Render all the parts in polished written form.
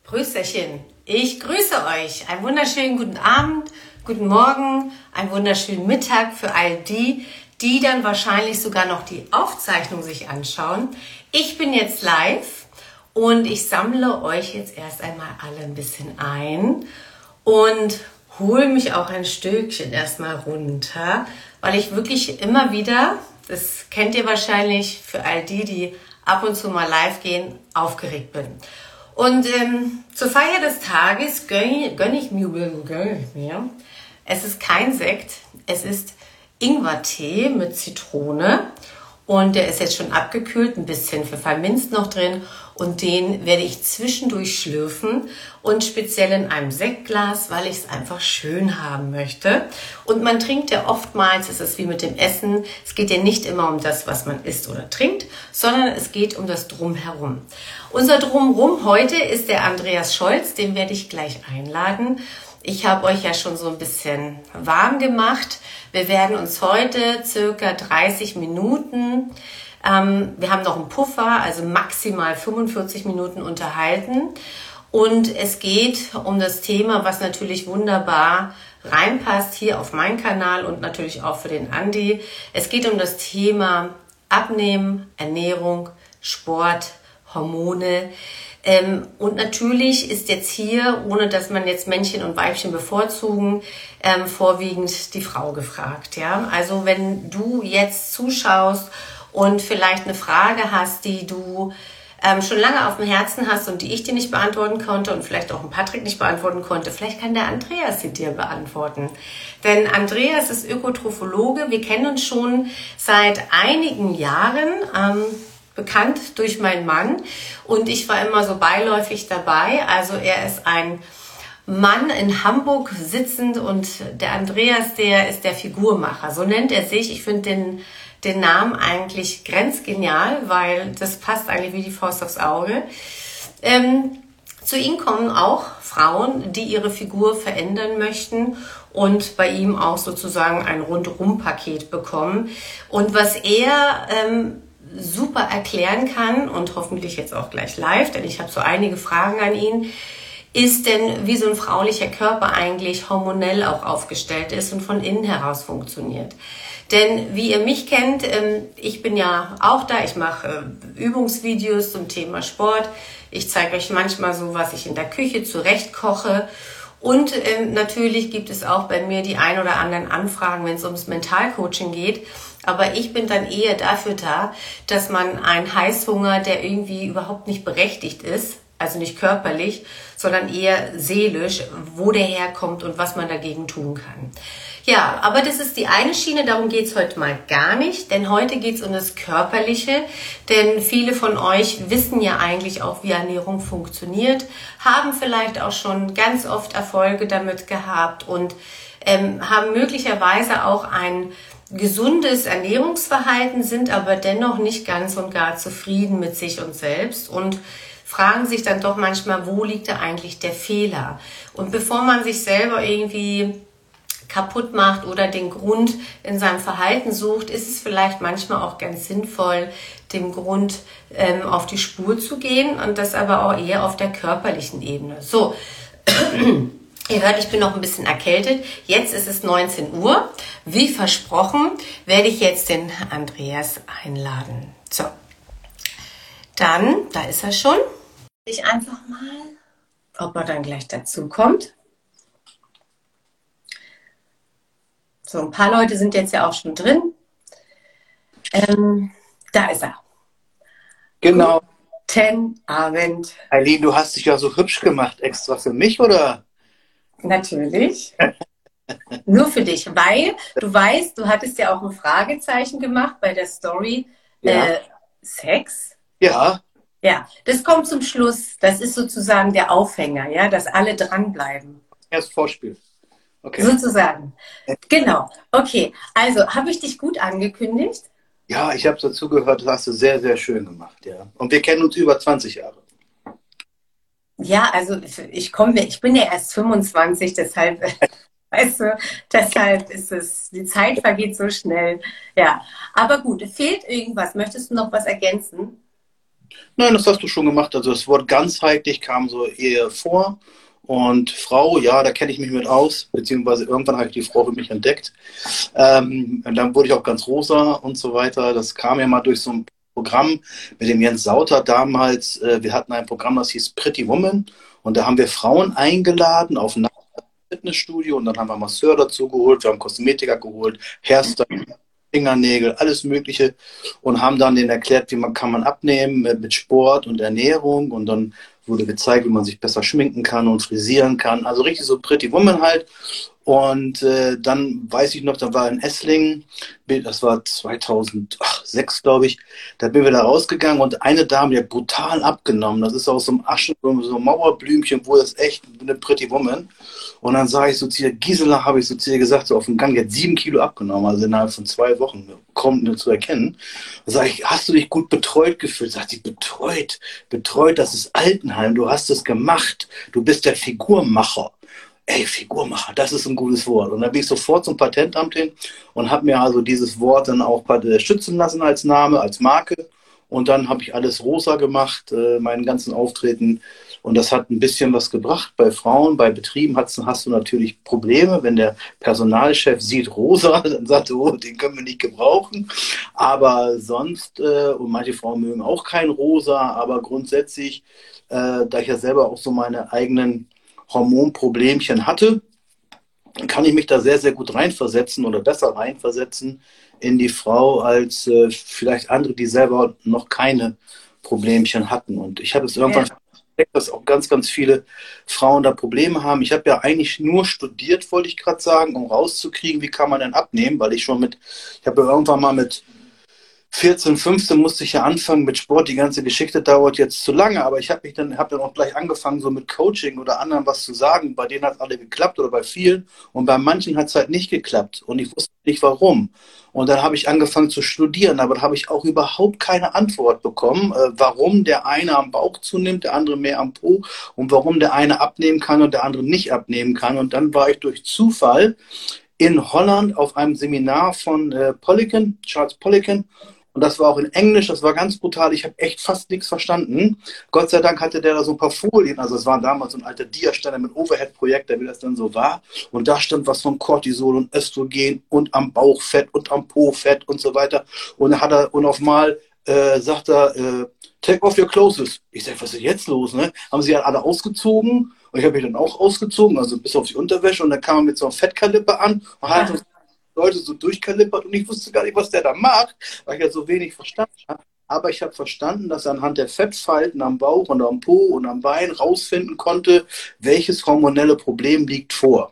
Prösterchen, ich grüße euch. Einen wunderschönen guten Abend, guten Morgen, einen wunderschönen Mittag für all die, die dann wahrscheinlich sogar noch die Aufzeichnung sich anschauen. Ich bin jetzt live und ich sammle euch jetzt erst einmal alle ein bisschen ein und hole mich auch ein Stückchen erstmal runter, weil ich wirklich immer wieder, das kennt ihr wahrscheinlich für all die, die ab und zu mal live gehen, aufgeregt bin. Und zur Feier des Tages gönne ich mir. Es ist kein Sekt, es ist Ingwertee mit Zitrone und der ist jetzt schon abgekühlt, ein bisschen Pfefferminz noch drin und den werde ich zwischendurch schlürfen und speziell in einem Sektglas, weil ich es einfach schön haben möchte. Und man trinkt ja oftmals, es ist wie mit dem Essen, es geht ja nicht immer um das, was man isst oder trinkt, sondern es geht um das Drumherum. Unser Drumherum heute ist der Andreas Scholz, den werde ich gleich einladen. Ich habe euch ja schon so ein bisschen warm gemacht. Wir werden uns heute circa 30 Minuten, wir haben noch einen Puffer, also maximal 45 Minuten unterhalten. Und es geht um das Thema, was natürlich wunderbar reinpasst hier auf meinen Kanal und natürlich auch für den Andi. Es geht um das Thema Abnehmen, Ernährung, Sport, Hormone. Und natürlich ist jetzt hier, ohne dass man jetzt Männchen und Weibchen bevorzugen, vorwiegend die Frau gefragt. Ja? Also wenn du jetzt zuschaust und vielleicht eine Frage hast, die du schon lange auf dem Herzen hast und die ich dir nicht beantworten konnte und vielleicht auch ein Patrick nicht beantworten konnte, vielleicht kann der Andreas sie dir beantworten. Denn Andreas ist Ökotrophologe. Wir kennen uns schon seit einigen Jahren, bekannt durch meinen Mann und ich war immer so beiläufig dabei. Also er ist ein Mann in Hamburg sitzend und der Andreas, der ist der Figurmacher. So nennt er sich. Ich finde den Namen eigentlich grenzgenial, weil das passt eigentlich wie die Faust aufs Auge. Zu ihm kommen auch Frauen, die ihre Figur verändern möchten und bei ihm auch sozusagen ein Rundum-Paket bekommen. Und was er super erklären kann und hoffentlich jetzt auch gleich live, denn ich habe so einige Fragen an ihn, ist denn, wie so ein fraulicher Körper eigentlich hormonell auch aufgestellt ist und von innen heraus funktioniert. Denn wie ihr mich kennt, ich bin ja auch da, ich mache Übungsvideos zum Thema Sport. Ich zeige euch manchmal so, was ich in der Küche zurecht koche. Und natürlich gibt es auch bei mir die ein oder anderen Anfragen, wenn es ums Mentalcoaching geht. Aber ich bin dann eher dafür da, dass man einen Heißhunger, der irgendwie überhaupt nicht berechtigt ist, also nicht körperlich, sondern eher seelisch, wo der herkommt und was man dagegen tun kann. Ja, aber das ist die eine Schiene, darum geht's heute mal gar nicht, denn heute geht's um das Körperliche, denn viele von euch wissen ja eigentlich auch, wie Ernährung funktioniert, haben vielleicht auch schon ganz oft Erfolge damit gehabt und haben möglicherweise auch ein gesundes Ernährungsverhalten, sind aber dennoch nicht ganz und gar zufrieden mit sich und selbst und fragen sich dann doch manchmal, wo liegt da eigentlich der Fehler? Und bevor man sich selber irgendwie kaputt macht oder den Grund in seinem Verhalten sucht, ist es vielleicht manchmal auch ganz sinnvoll, dem Grund auf die Spur zu gehen und das aber auch eher auf der körperlichen Ebene. So, ihr hört, ich bin noch ein bisschen erkältet. Jetzt ist es 19 Uhr. Wie versprochen, werde ich jetzt den Andreas einladen. So, dann, da ist er schon. Ich einfach mal, ob er dann gleich dazu kommt. So, ein paar Leute sind jetzt ja auch schon drin. Da ist er. Genau. Guten Abend. Eileen, du hast dich ja so hübsch gemacht, extra für mich, oder? Natürlich. Nur für dich, weil du weißt, du hattest ja auch ein Fragezeichen gemacht bei der Story Ja. Sex. Ja. Ja, das kommt zum Schluss. Das ist sozusagen der Aufhänger, ja, dass alle dranbleiben. Erst Vorspiel. Okay. Sozusagen. Genau. Okay, also habe ich dich gut angekündigt? Ja, ich habe dazu gehört, das hast du sehr, sehr schön gemacht, ja. Und wir kennen uns über 20 Jahre. Ja, also ich bin ja erst 25, deshalb, weißt du, deshalb ist es, die Zeit vergeht so schnell. Ja, aber gut, fehlt irgendwas? Möchtest du noch was ergänzen? Nein, das hast du schon gemacht. Also das Wort ganzheitlich kam so eher vor. Und Frau, ja, da kenne ich mich mit aus, beziehungsweise irgendwann habe ich die Frau für mich entdeckt. Und dann wurde ich auch ganz rosa und so weiter. Das kam ja mal durch so ein Programm mit dem Jens Sauter damals. Wir hatten ein Programm, das hieß Pretty Woman. Und da haben wir Frauen eingeladen auf ein Fitnessstudio und dann haben wir Masseur dazu geholt, wir haben Kosmetiker geholt, Hairstyle, Fingernägel, alles Mögliche und haben dann denen erklärt, wie man kann man abnehmen mit Sport und Ernährung und dann wurde gezeigt, wie man sich besser schminken kann und frisieren kann. Also richtig so Pretty Woman halt. Und dann weiß ich noch, da war in Esslingen, das war 2006, glaube ich, da bin wir da rausgegangen und eine Dame, die hat brutal abgenommen. Das ist aus so einem Aschen, so ein Mauerblümchen, wo das echt eine Pretty Woman. Und dann sage ich so zu ihr, Gisela, habe ich so zu ihr gesagt, so auf dem Gang, die hat 7 Kilo abgenommen, also innerhalb von 2 Wochen, kommt nur zu erkennen. Da sage ich, hast du dich gut betreut gefühlt? Sagt sie, betreut, betreut, das ist Altenheim, du hast es gemacht, du bist der Figurmacher. Ey, Figurmacher, das ist ein gutes Wort. Und dann bin ich sofort zum Patentamt hin und habe mir also dieses Wort dann auch schützen lassen als Name, als Marke. Und dann habe ich alles rosa gemacht, meinen ganzen Auftreten. Und das hat ein bisschen was gebracht. Bei Frauen, bei Betrieben hast du natürlich Probleme. Wenn der Personalchef sieht rosa, dann sagt er, oh, den können wir nicht gebrauchen. Aber sonst, und manche Frauen mögen auch kein rosa, aber grundsätzlich, da ich ja selber auch so meine eigenen Hormonproblemchen hatte, kann ich mich da sehr, sehr gut reinversetzen oder besser reinversetzen in die Frau als vielleicht andere, die selber noch keine Problemchen hatten. Und ich habe es irgendwann entdeckt, dass auch ganz, ganz viele Frauen da Probleme haben. Ich habe ja eigentlich nur studiert, wollte ich gerade sagen, um rauszukriegen, wie kann man denn abnehmen, weil ich habe ja irgendwann mal mit 14, 15 musste ich ja anfangen mit Sport. Die ganze Geschichte dauert jetzt zu lange, aber ich habe dann auch gleich angefangen, so mit Coaching oder anderen was zu sagen. Bei denen hat es alle geklappt oder bei vielen und bei manchen hat es halt nicht geklappt und ich wusste nicht warum. Und dann habe ich angefangen zu studieren, aber da habe ich auch überhaupt keine Antwort bekommen, warum der eine am Bauch zunimmt, der andere mehr am Po und warum der eine abnehmen kann und der andere nicht abnehmen kann. Und dann war ich durch Zufall in Holland auf einem Seminar von Charles Poliquin. Und das war auch in Englisch, das war ganz brutal. Ich habe echt fast nichts verstanden. Gott sei Dank hatte der da so ein paar Folien. Also es war damals so ein alter Diaständer mit Overhead-Projektor, wie das dann so war. Und da stand was von Cortisol und Östrogen und am Bauchfett und am Po-Fett und so weiter. Und dann und auf mal sagt er, take off your clothes. Ich sage, was ist jetzt los? Ne? Haben sie ja alle ausgezogen. Und ich habe mich dann auch ausgezogen, also bis auf die Unterwäsche. Und dann kam er mit so einem Fettkaliper an und hat uns Leute so durchkalippert und ich wusste gar nicht, was der da macht, weil ich ja so wenig verstanden habe. Aber ich habe verstanden, dass er anhand der Fettfalten am Bauch und am Po und am Bein rausfinden konnte, welches hormonelle Problem liegt vor.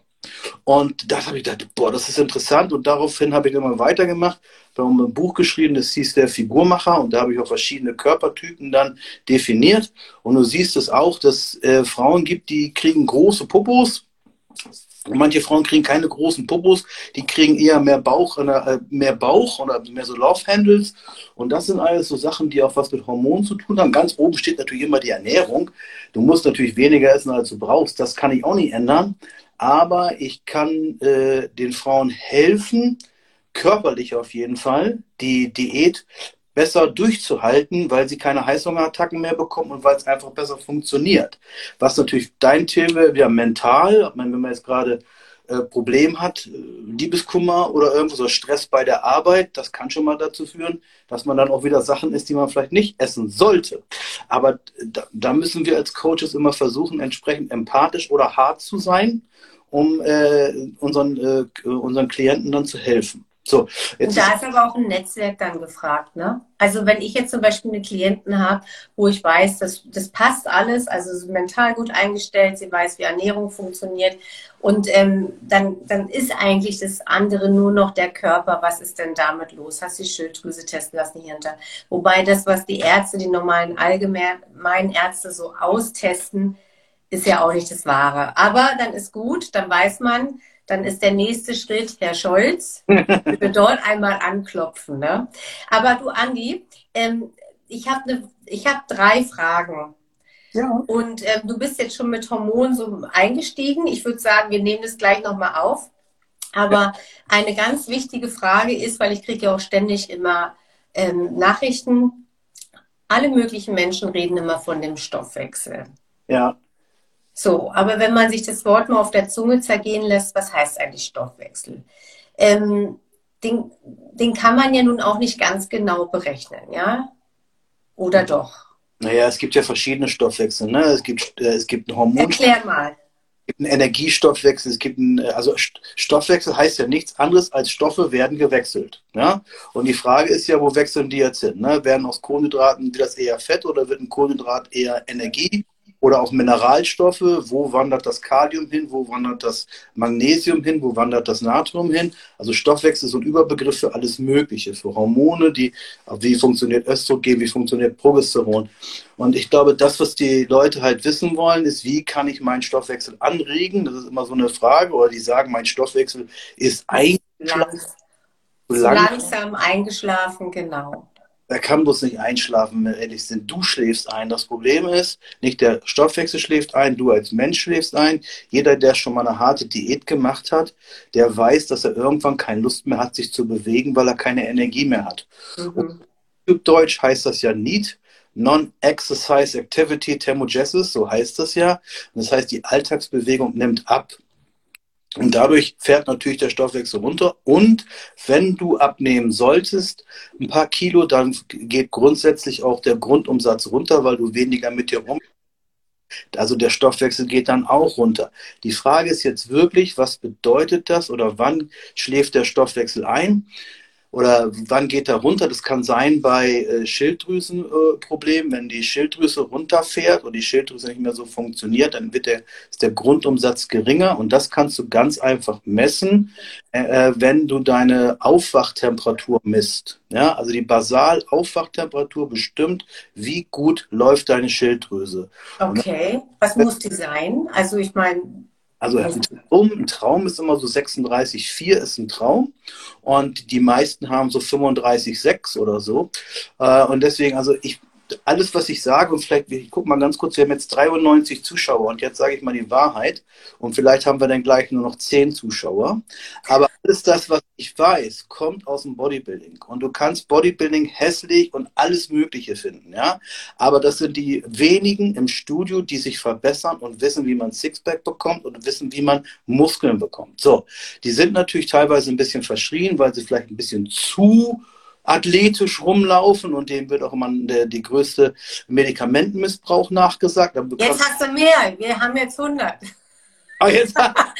Und da habe ich gedacht, boah, das ist interessant. Und daraufhin habe ich immer weitergemacht. Wir haben ein Buch geschrieben, das hieß Der Figurmacher. Und da habe ich auch verschiedene Körpertypen dann definiert. Und du siehst es auch, dass Frauen gibt, die kriegen große Popos. Und manche Frauen kriegen keine großen Popos, die kriegen eher mehr Bauch oder mehr so Love Handles. Und das sind alles so Sachen, die auch was mit Hormonen zu tun haben. Ganz oben steht natürlich immer die Ernährung. Du musst natürlich weniger essen, als du brauchst. Das kann ich auch nicht ändern. Aber ich kann den Frauen helfen, körperlich auf jeden Fall, die Diät besser durchzuhalten, weil sie keine Heißhungerattacken mehr bekommen und weil es einfach besser funktioniert. Was natürlich dein Thema ja mental, wenn man jetzt gerade Problem hat, Liebeskummer oder irgendwo so Stress bei der Arbeit, das kann schon mal dazu führen, dass man dann auch wieder Sachen isst, die man vielleicht nicht essen sollte. Aber da müssen wir als Coaches immer versuchen, entsprechend empathisch oder hart zu sein, um unseren Klienten dann zu helfen. So, und da ist aber auch ein Netzwerk dann gefragt, ne? Also wenn ich jetzt zum Beispiel eine Klienten habe, wo ich weiß, das passt alles, also sie ist mental gut eingestellt, sie weiß, wie Ernährung funktioniert und dann ist eigentlich das andere nur noch der Körper. Was ist denn damit los? Hast du die Schilddrüse testen lassen hier hinter? Wobei das, was die Ärzte, die normalen allgemeinen Ärzte so austesten, ist ja auch nicht das Wahre. Aber dann ist gut, dann weiß man, dann ist der nächste Schritt, Herr Scholz, wir dort einmal anklopfen. Ne? Aber du, Andi, ich hab 3 Fragen. Ja. Und du bist jetzt schon mit Hormonen so eingestiegen. Ich würde sagen, wir nehmen das gleich nochmal auf. Aber eine ganz wichtige Frage ist, weil ich kriege ja auch ständig immer Nachrichten, alle möglichen Menschen reden immer von dem Stoffwechsel. Ja. So, aber wenn man sich das Wort mal auf der Zunge zergehen lässt, was heißt eigentlich Stoffwechsel? Ähm, den kann man ja nun auch nicht ganz genau berechnen, ja? Oder doch? Naja, es gibt ja verschiedene Stoffwechsel. Ne? Es gibt einen Hormonstoffwechsel, Erklär mal. es gibt einen Energiestoffwechsel, also Stoffwechsel heißt ja nichts anderes als Stoffe werden gewechselt. Ja? Und die Frage ist ja, wo wechseln die jetzt hin? Ne? Werden aus Kohlenhydraten wird das eher Fett oder wird ein Kohlenhydrat eher Energie? Oder auch Mineralstoffe, wo wandert das Kalium hin, wo wandert das Magnesium hin, wo wandert das Natrium hin? Also Stoffwechsel ist so ein Überbegriff für alles Mögliche, für Hormone, wie funktioniert Östrogen, wie funktioniert Progesteron. Und ich glaube, das, was die Leute halt wissen wollen, ist, wie kann ich meinen Stoffwechsel anregen? Das ist immer so eine Frage. Oder die sagen, mein Stoffwechsel ist eingeschlafen. Zu langsam eingeschlafen, genau. Er kann bloß nicht einschlafen, wenn wir ehrlich sind. Du schläfst ein. Das Problem ist, nicht der Stoffwechsel schläft ein, du als Mensch schläfst ein. Jeder, der schon mal eine harte Diät gemacht hat, der weiß, dass er irgendwann keine Lust mehr hat, sich zu bewegen, weil er keine Energie mehr hat. Und auf Deutsch heißt das ja NEAT, Non-Exercise Activity Thermogenesis, so heißt das ja. Und das heißt, die Alltagsbewegung nimmt ab. Und dadurch fährt natürlich der Stoffwechsel runter. Und wenn du abnehmen solltest, ein paar Kilo, dann geht grundsätzlich auch der Grundumsatz runter, weil du weniger mit dir rum. Also der Stoffwechsel geht dann auch runter. Die Frage ist jetzt wirklich, was bedeutet das oder wann schläft der Stoffwechsel ein? Oder wann geht er runter? Das kann sein bei Schilddrüsenproblemen. Wenn die Schilddrüse runterfährt und die Schilddrüse nicht mehr so funktioniert, dann ist der Grundumsatz geringer. Und das kannst du ganz einfach messen, wenn du deine Aufwachtemperatur misst. Ja, also die Basalaufwachtemperatur bestimmt, wie gut läuft deine Schilddrüse. Okay, was muss die sein? Also ich meine... Also ein Traum ist immer so 36,4 ist ein Traum und die meisten haben so 35,6 oder so. Und deswegen, alles, was ich sage, und vielleicht, ich gucke mal ganz kurz, wir haben jetzt 93 Zuschauer und jetzt sage ich mal die Wahrheit und vielleicht haben wir dann gleich nur noch 10 Zuschauer. Aber alles das, was ich weiß, kommt aus dem Bodybuilding und du kannst Bodybuilding hässlich und alles Mögliche finden, ja. Aber das sind die wenigen im Studio, die sich verbessern und wissen, wie man Sixpack bekommt und wissen, wie man Muskeln bekommt. So, die sind natürlich teilweise ein bisschen verschrien, weil sie vielleicht ein bisschen zu athletisch rumlaufen und dem wird auch immer die größte Medikamentenmissbrauch nachgesagt. Jetzt hast du mehr, wir haben jetzt 100. Ah, jetzt,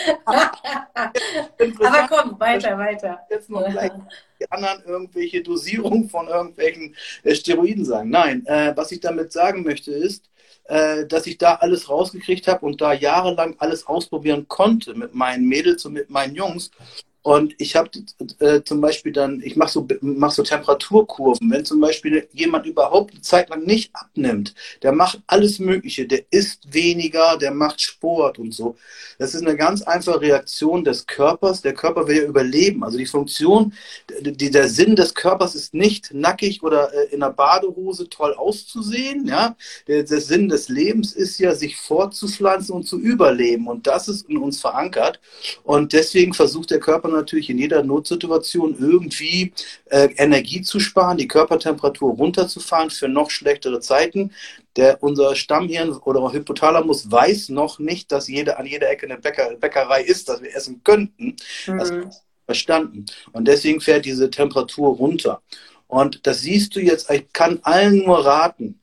aber komm, weiter. Jetzt noch gleich die anderen irgendwelche Dosierungen von irgendwelchen Steroiden sagen. Nein, was ich damit sagen möchte ist, dass ich da alles rausgekriegt habe und da jahrelang alles ausprobieren konnte mit meinen Mädels und mit meinen Jungs. Und ich habe zum Beispiel dann, ich mache so Temperaturkurven. Wenn zum Beispiel jemand überhaupt eine Zeit lang nicht abnimmt, der macht alles Mögliche, der isst weniger, der macht Sport und so. Das ist eine ganz einfache Reaktion des Körpers. Der Körper will ja überleben. Also die Funktion, der Sinn des Körpers ist nicht nackig oder in einer Badehose toll auszusehen. Ja? Der Sinn des Lebens ist ja, sich fortzupflanzen und zu überleben. Und das ist in uns verankert. Und deswegen versucht der Körper natürlich in jeder Notsituation irgendwie Energie zu sparen, die Körpertemperatur runterzufahren für noch schlechtere Zeiten. Unser Stammhirn oder Hypothalamus weiß noch nicht, dass an jeder Ecke eine Bäckerei ist, dass wir essen könnten. Das ist verstanden. Und deswegen fährt diese Temperatur runter. Und das siehst du jetzt, ich kann allen nur raten,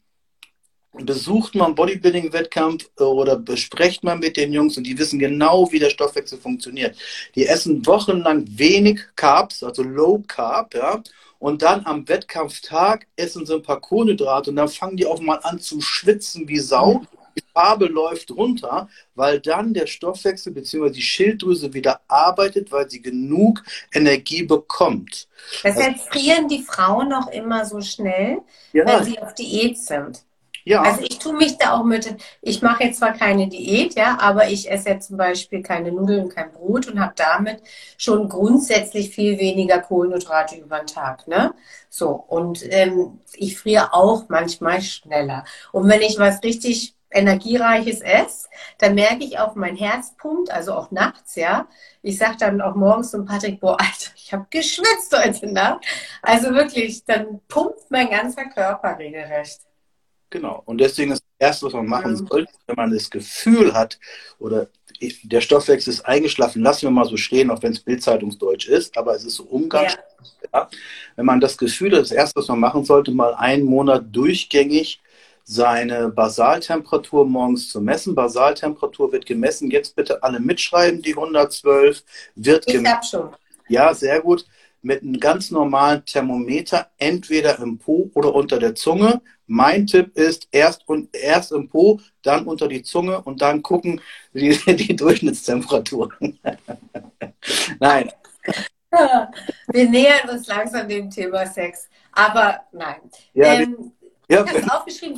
besucht mal einen Bodybuilding-Wettkampf oder besprecht mal mit den Jungs und die wissen genau, wie der Stoffwechsel funktioniert. Die essen wochenlang wenig Carbs, also Low Carb, ja, und dann am Wettkampftag essen sie ein paar Kohlenhydrate und dann fangen die auch mal an zu schwitzen wie Sau. Die Farbe läuft runter, weil dann der Stoffwechsel bzw. die Schilddrüse wieder arbeitet, weil sie genug Energie bekommt. Deshalb frieren die Frauen noch immer so schnell, ja, wenn sie auf Diät sind. Ja. Also ich tue mich da auch ich mache jetzt zwar keine Diät, ja, aber ich esse jetzt zum Beispiel keine Nudeln, kein Brot und habe damit schon grundsätzlich viel weniger Kohlenhydrate über den Tag, ne? So, und ich friere auch manchmal schneller. Und wenn ich was richtig Energiereiches esse, dann merke ich auch, mein Herz pumpt, also auch nachts, ja. Ich sage dann auch morgens zum Patrick, boah, Alter, ich habe geschwitzt heute Nacht. Also wirklich, dann pumpt mein ganzer Körper regelrecht. Genau. Und deswegen ist das Erste, was man machen Mhm. sollte, wenn man das Gefühl hat, oder der Stoffwechsel ist eingeschlafen, lassen wir mal so stehen, auch wenn es Bildzeitungsdeutsch ist, aber es ist so Ja. Umgangssprache. Ja? Wenn man das Gefühl hat, das Erste, was man machen sollte, mal einen Monat durchgängig seine Basaltemperatur morgens zu messen. Basaltemperatur wird gemessen, jetzt bitte alle mitschreiben, die 112, wird Ich gemessen. habe schon. Ja, sehr gut. Mit einem ganz normalen Thermometer, entweder im Po oder unter der Zunge. Mein Tipp ist, erst im Po, dann unter die Zunge und dann gucken die Durchschnittstemperatur. Nein. Ja. Wir nähern uns langsam dem Thema Sex. Aber nein. Ja, Ich ja, habe es aufgeschrieben,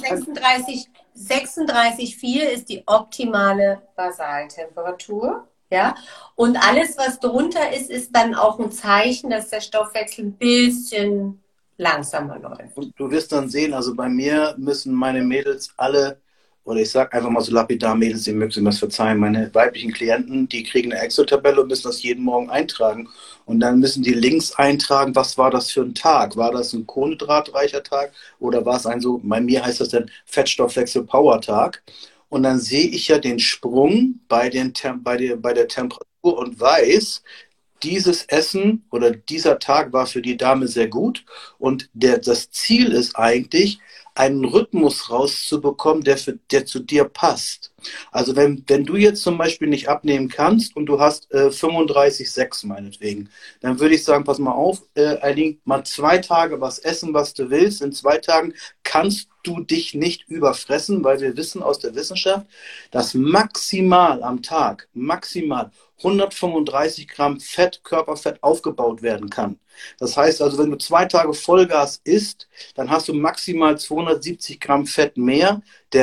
36,4 ist die optimale Basaltemperatur. Ja? Und alles, was drunter ist, ist dann auch ein Zeichen, dass der Stoffwechsel ein bisschen langsamer läuft. und du wirst dann sehen, also bei mir müssen meine Mädels alle, oder ich sage einfach mal so lapidar, Mädels, die mögen mir das verzeihen, meine weiblichen Klienten, die kriegen eine Excel-Tabelle und müssen das jeden Morgen eintragen. Und dann müssen die links eintragen, was war das für ein Tag? War das ein kohlenhydratreicher Tag oder war es ein so, bei mir heißt das dann Fettstoffwechsel-Power-Tag? Und dann sehe ich ja den Sprung bei der Temperatur und weiß, dieses Essen oder dieser Tag war für die Dame sehr gut und das Ziel ist eigentlich, einen Rhythmus rauszubekommen, der zu dir passt. Also wenn du jetzt zum Beispiel nicht abnehmen kannst und du hast 35,6 meinetwegen, dann würde ich sagen, pass mal auf, Eileen, mal 2 Tage was essen, was du willst. In 2 Tagen kannst du dich nicht überfressen, weil wir wissen aus der Wissenschaft, dass maximal am Tag, maximal 135 Gramm Fett, Körperfett aufgebaut werden kann. Das heißt also, wenn du 2 Tage Vollgas isst, dann hast du maximal 270 Gramm Fett mehr.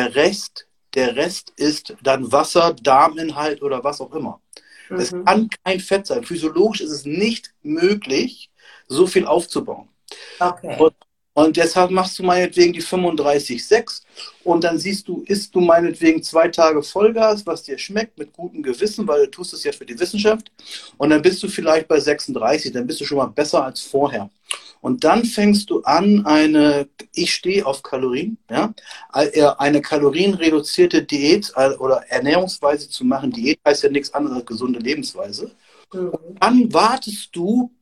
Der Rest ist dann Wasser, Darminhalt oder was auch immer. Es Mhm. kann kein Fett sein. Physiologisch ist es nicht möglich, so viel aufzubauen. Okay. Und, und deshalb machst du meinetwegen die 35,6 und dann isst du meinetwegen 2 Tage Vollgas, was dir schmeckt, mit gutem Gewissen, weil du tust es ja für die Wissenschaft. Und dann bist du vielleicht bei 36, dann bist du schon mal besser als vorher. Und dann fängst du an, ich stehe auf Kalorien, ja, eine kalorienreduzierte Diät oder Ernährungsweise zu machen. Diät heißt ja nichts anderes als gesunde Lebensweise. Mhm. Dann wartest du,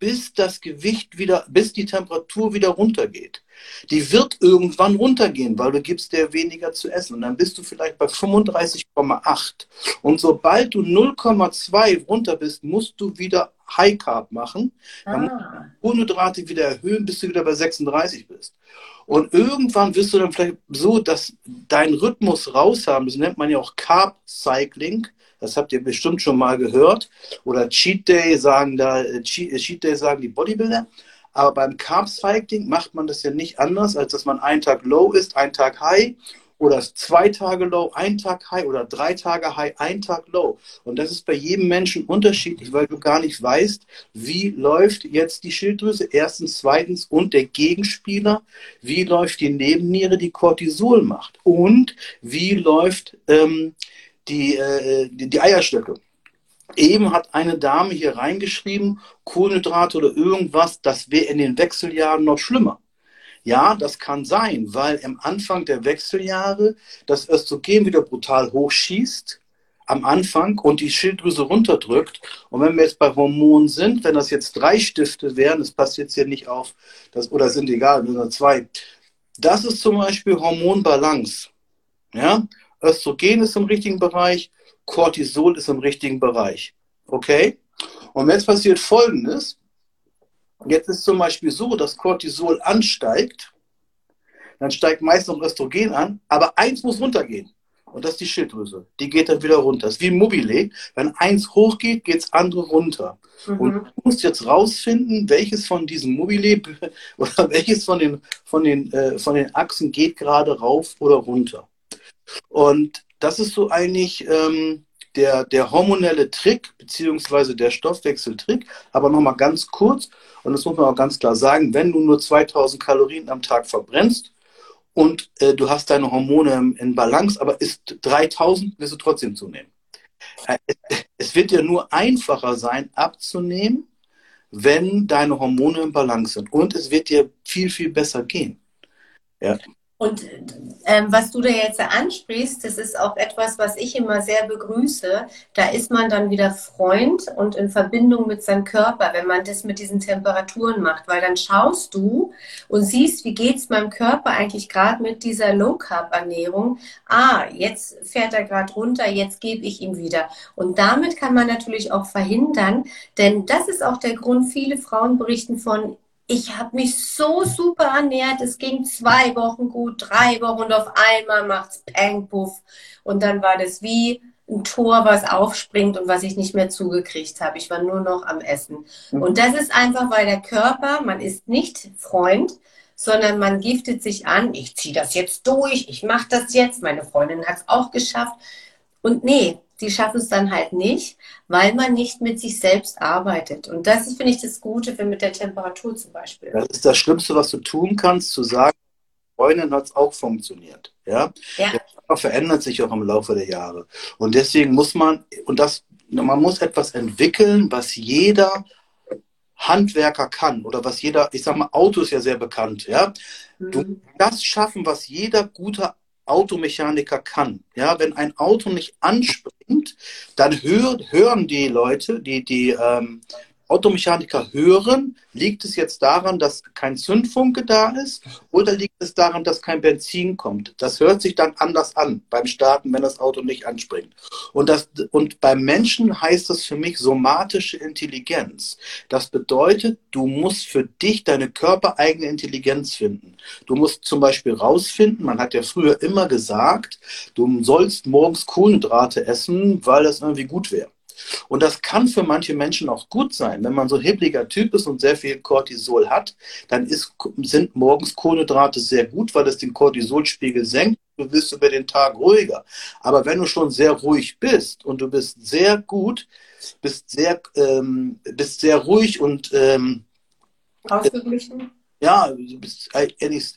bis die Temperatur wieder runtergeht. Die wird irgendwann runtergehen, weil du gibst dir weniger zu essen. Und dann bist du vielleicht bei 35,8. Und sobald du 0,2 runter bist, musst du wieder High Carb machen. Dann musst Ah. du Kohlenhydrate wieder erhöhen, bis du wieder bei 36 bist. Und irgendwann wirst du dann vielleicht so, dass dein Rhythmus raus haben, das nennt man ja auch Carb Cycling. Das habt ihr bestimmt schon mal gehört. Oder Cheat Day Cheat Day sagen die Bodybuilder. Aber beim Carb Cycling macht man das ja nicht anders, als dass man einen Tag Low ist, einen Tag High. Oder 2 Tage Low, einen Tag High oder 3 Tage High, einen Tag Low. Und das ist bei jedem Menschen unterschiedlich, weil du gar nicht weißt, wie läuft jetzt die Schilddrüse, erstens, zweitens und der Gegenspieler, wie läuft die Nebenniere, die Cortisol macht und wie läuft die Eierstöcke. Eben hat eine Dame hier reingeschrieben, Kohlenhydrate oder irgendwas, das wäre in den Wechseljahren noch schlimmer. Ja, das kann sein, weil am Anfang der Wechseljahre das Östrogen wieder brutal hochschießt am Anfang und die Schilddrüse runterdrückt. Und wenn wir jetzt bei Hormonen sind, wenn das jetzt 3 Stifte wären, das passt jetzt hier nicht auf, oder sind egal, nur 2. Das ist zum Beispiel Hormonbalance. Ja? Östrogen ist im richtigen Bereich, Cortisol ist im richtigen Bereich. Okay? Und jetzt passiert Folgendes. Jetzt ist zum Beispiel so, dass Cortisol ansteigt, dann steigt meist noch Östrogen an, aber eins muss runtergehen. Und das ist die Schilddrüse. Die geht dann wieder runter. Das ist wie ein Mobile. Wenn eins hochgeht, geht das andere runter. Und du musst jetzt rausfinden, welches von diesen Mobile oder welches von den Achsen geht gerade rauf oder runter. Und das ist so eigentlich der hormonelle Trick, beziehungsweise der Stoffwechseltrick. Aber nochmal ganz kurz, und das muss man auch ganz klar sagen, wenn du nur 2000 Kalorien am Tag verbrennst und du hast deine Hormone in Balance, aber isst 3000, wirst du trotzdem zunehmen. Es wird dir nur einfacher sein, abzunehmen, wenn deine Hormone in Balance sind. Und es wird dir viel, viel besser gehen. Ja. Und was du da jetzt ansprichst, das ist auch etwas, was ich immer sehr begrüße. Da ist man dann wieder Freund und in Verbindung mit seinem Körper, wenn man das mit diesen Temperaturen macht, weil dann schaust du und siehst, wie geht's meinem Körper eigentlich gerade mit dieser Low-Carb-Ernährung. Ah, jetzt fährt er gerade runter, jetzt gebe ich ihm wieder. Und damit kann man natürlich auch verhindern, denn das ist auch der Grund, viele Frauen berichten von, ich habe mich so super ernährt. Es ging 2 Wochen gut, 3 Wochen und auf einmal macht's Peng, Puff. Und dann war das wie ein Tor, was aufspringt und was ich nicht mehr zugekriegt habe. Ich war nur noch am Essen. Und das ist einfach, weil der Körper, man ist nicht Freund, sondern man giftet sich an. Ich ziehe das jetzt durch, ich mache das jetzt. Meine Freundin hat es auch geschafft. Und nee, die schaffen es dann halt nicht, weil man nicht mit sich selbst arbeitet. Und das ist, finde ich, das Gute für mit der Temperatur zum Beispiel. Das ist das Schlimmste, was du tun kannst, zu sagen, Freundin hat es auch funktioniert. Ja? Ja. Der Körper verändert sich auch im Laufe der Jahre. Und deswegen muss man, man muss etwas entwickeln, was jeder Handwerker kann oder was jeder, ich sag mal, Auto ist ja sehr bekannt, ja. Du musst das schaffen, was jeder gute Automechaniker kann. Ja, wenn ein Auto nicht anspringt, dann hören die Leute, die Automechaniker hören, liegt es jetzt daran, dass kein Zündfunke da ist oder liegt es daran, dass kein Benzin kommt? Das hört sich dann anders an beim Starten, wenn das Auto nicht anspringt. Und beim Menschen heißt das für mich somatische Intelligenz. Das bedeutet, du musst für dich deine körpereigene Intelligenz finden. Du musst zum Beispiel rausfinden, man hat ja früher immer gesagt, du sollst morgens Kohlenhydrate essen, weil das irgendwie gut wäre. Und das kann für manche Menschen auch gut sein. Wenn man so ein hibbeliger Typ ist und sehr viel Cortisol hat, dann sind morgens Kohlenhydrate sehr gut, weil es den Cortisolspiegel senkt. Du bist über den Tag ruhiger. Aber wenn du schon sehr ruhig bist und du bist sehr gut, bist sehr ruhig und Ausgeglichen? ja, du bist eigentlich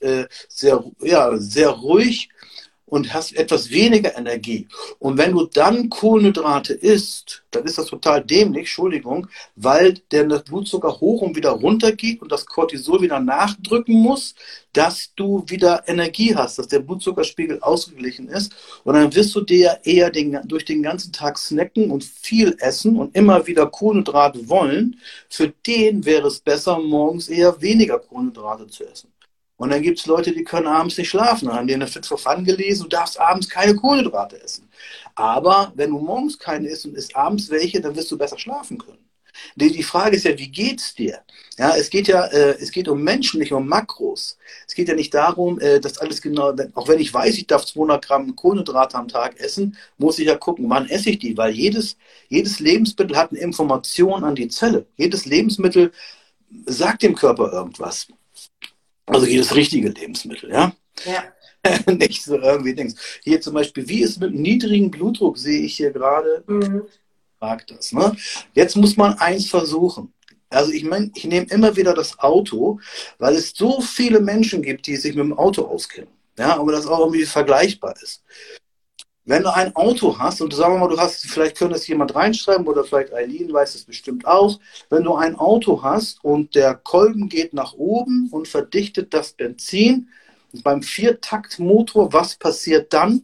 sehr ruhig und hast etwas weniger Energie. Und wenn du dann Kohlenhydrate isst, dann ist das total dämlich, Entschuldigung, weil der Blutzucker hoch und wieder runter geht und das Cortisol wieder nachdrücken muss, dass du wieder Energie hast, dass der Blutzuckerspiegel ausgeglichen ist. Und dann wirst du dir eher durch den ganzen Tag snacken und viel essen und immer wieder Kohlenhydrate wollen. Für den wäre es besser, morgens eher weniger Kohlenhydrate zu essen. Und dann gibt es Leute, die können abends nicht schlafen. Dann haben die eine Fit for Fun gelesen, du darfst abends keine Kohlenhydrate essen. Aber wenn du morgens keine isst und isst abends welche, dann wirst du besser schlafen können. Die Frage ist ja, wie geht's dir? Ja, es geht um Menschen, nicht um Makros. Es geht ja nicht darum, dass alles genau, auch wenn ich weiß, ich darf 200 Gramm Kohlenhydrate am Tag essen, muss ich ja gucken, wann esse ich die, weil jedes Lebensmittel hat eine Information an die Zelle. Jedes Lebensmittel sagt dem Körper irgendwas. Also jedes richtige Lebensmittel, ja? Ja. Nicht so irgendwie Dings. Hier zum Beispiel, wie ist mit niedrigem Blutdruck, sehe ich hier gerade. Frag das, ne? Jetzt muss man eins versuchen. Also ich meine, ich nehme immer wieder das Auto, weil es so viele Menschen gibt, die sich mit dem Auto auskennen. Ja, aber das auch irgendwie vergleichbar ist. Wenn du ein Auto hast, und sagen wir mal, vielleicht könnte es jemand reinschreiben, oder vielleicht Eileen weiß es bestimmt auch, wenn du ein Auto hast und der Kolben geht nach oben und verdichtet das Benzin, beim Viertaktmotor, was passiert dann?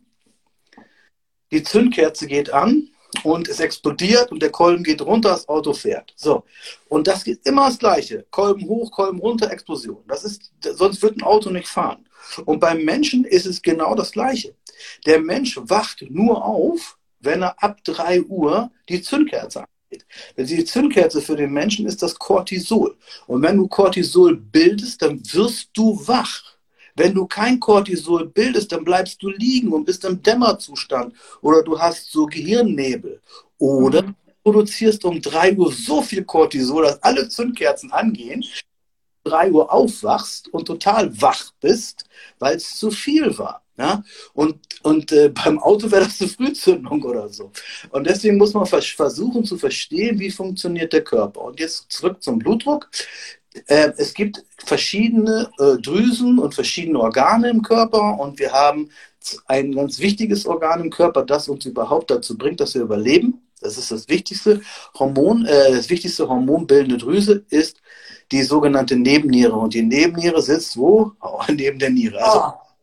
Die Zündkerze geht an und es explodiert und der Kolben geht runter, das Auto fährt. So. Und das geht immer das Gleiche. Kolben hoch, Kolben runter, Explosion. Sonst wird ein Auto nicht fahren. Und beim Menschen ist es genau das Gleiche. Der Mensch wacht nur auf, wenn er ab 3 Uhr die Zündkerze angeht. Die Zündkerze für den Menschen ist das Cortisol. Und wenn du Cortisol bildest, dann wirst du wach. Wenn du kein Cortisol bildest, dann bleibst du liegen und bist im Dämmerzustand. Oder du hast so Gehirnnebel. Oder du produzierst um 3 Uhr so viel Cortisol, dass alle Zündkerzen angehen, 3 Uhr aufwachst und total wach bist, weil es zu viel war. Ja? Und beim Auto wäre das eine Frühzündung oder so. Und deswegen muss man versuchen zu verstehen, wie funktioniert der Körper. Und jetzt zurück zum Blutdruck. Es gibt verschiedene Drüsen und verschiedene Organe im Körper und wir haben ein ganz wichtiges Organ im Körper, das uns überhaupt dazu bringt, dass wir überleben. Das ist das wichtigste Hormon. Das wichtigste hormonbildende Drüse ist die sogenannte Nebenniere. Und die Nebenniere sitzt wo? Neben der Niere. Also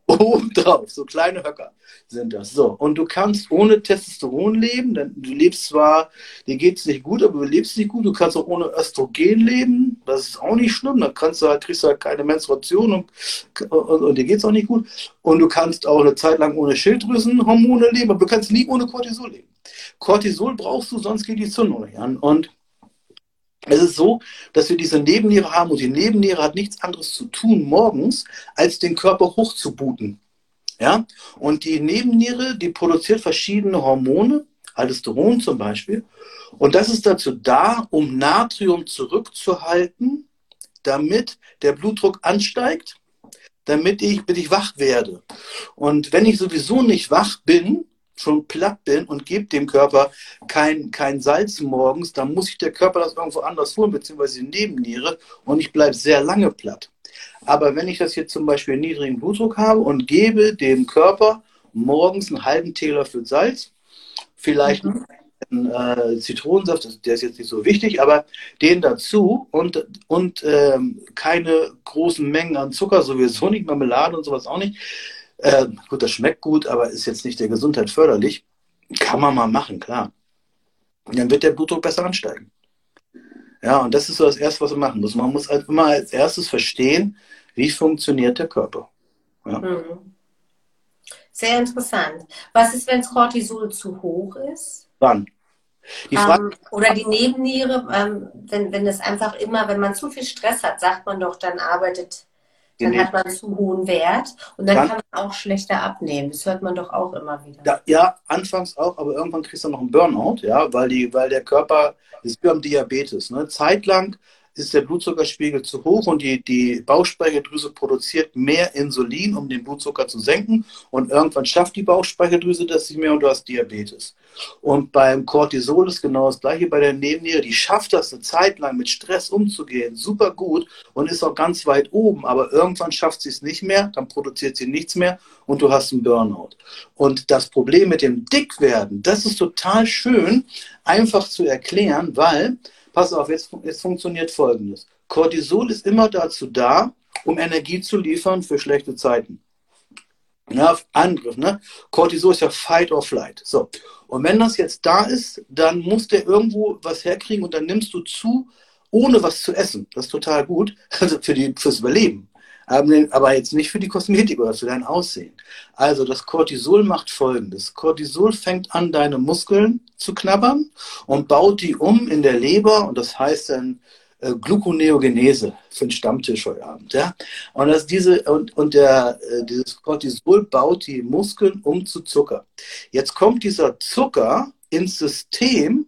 Obendrauf, so kleine Höcker sind das. So, und du kannst ohne Testosteron leben, denn du lebst zwar, dir geht es nicht gut, aber du lebst nicht gut. Du kannst auch ohne Östrogen leben, das ist auch nicht schlimm. Dann kriegst du halt keine Menstruation und dir geht es auch nicht gut. Und du kannst auch eine Zeit lang ohne Schilddrüsenhormone leben, aber du kannst nie ohne Cortisol leben. Cortisol brauchst du, sonst geht die Zündung nicht an. Und es ist so, dass wir diese Nebenniere haben und die Nebenniere hat nichts anderes zu tun morgens, als den Körper hochzubooten. Ja? Und die Nebenniere, die produziert verschiedene Hormone, Aldosteron zum Beispiel. Und das ist dazu da, um Natrium zurückzuhalten, damit der Blutdruck ansteigt, damit ich wach werde. Und wenn ich sowieso nicht wach bin, schon platt bin und gebe dem Körper kein Salz morgens, dann muss sich der Körper das irgendwo anders holen, beziehungsweise die Nebenniere, und ich bleibe sehr lange platt. Aber wenn ich das jetzt zum Beispiel niedrigen Blutdruck habe und gebe dem Körper morgens einen halben Teelöffel Salz, vielleicht einen Zitronensaft, der ist jetzt nicht so wichtig, aber den dazu und keine großen Mengen an Zucker, sowieso nicht, Marmelade und sowas auch nicht. Gut, das schmeckt gut, aber ist jetzt nicht der Gesundheit förderlich. Kann man mal machen, klar. Und dann wird der Blutdruck besser ansteigen. Ja, und das ist so das Erste, was man machen muss. Man muss halt immer als erstes verstehen, wie funktioniert der Körper. Ja. Sehr interessant. Was ist, wenn das Cortisol zu hoch ist? Wann? Die Frage, oder die Nebenniere, wenn es einfach immer, wenn man zu viel Stress hat, sagt man doch, dann hat man zu hohen Wert und dann kann man auch schlechter abnehmen. Das hört man doch auch immer wieder. Ja, anfangs auch, aber irgendwann kriegst du noch einen Burnout, ja, weil der Körper ist wie beim Diabetes. Ne? Zeitlang ist der Blutzuckerspiegel zu hoch und die Bauchspeicheldrüse produziert mehr Insulin, um den Blutzucker zu senken, und irgendwann schafft die Bauchspeicheldrüse das nicht mehr und du hast Diabetes. Und beim Cortisol ist genau das Gleiche bei der Nebenniere. Die schafft das eine Zeit lang mit Stress umzugehen, super gut, und ist auch ganz weit oben, aber irgendwann schafft sie es nicht mehr, dann produziert sie nichts mehr und du hast einen Burnout. Und das Problem mit dem Dickwerden, das ist total schön einfach zu erklären, weil, pass auf, jetzt funktioniert Folgendes. Cortisol ist immer dazu da, um Energie zu liefern für schlechte Zeiten. Ja, Angriff, ne? Cortisol ist ja Fight or Flight. So. Und wenn das jetzt da ist, dann muss der irgendwo was herkriegen und dann nimmst du zu, ohne was zu essen. Das ist total gut. Also fürs Überleben. Aber jetzt nicht für die Kosmetik oder für dein Aussehen. Also das Cortisol macht Folgendes. Cortisol fängt an, deine Muskeln zu knabbern und baut die um in der Leber, und das heißt dann Gluconeogenese für den Stammtisch heute Abend. Ja? Und dieses Cortisol baut die Muskeln um zu Zucker. Jetzt kommt dieser Zucker ins System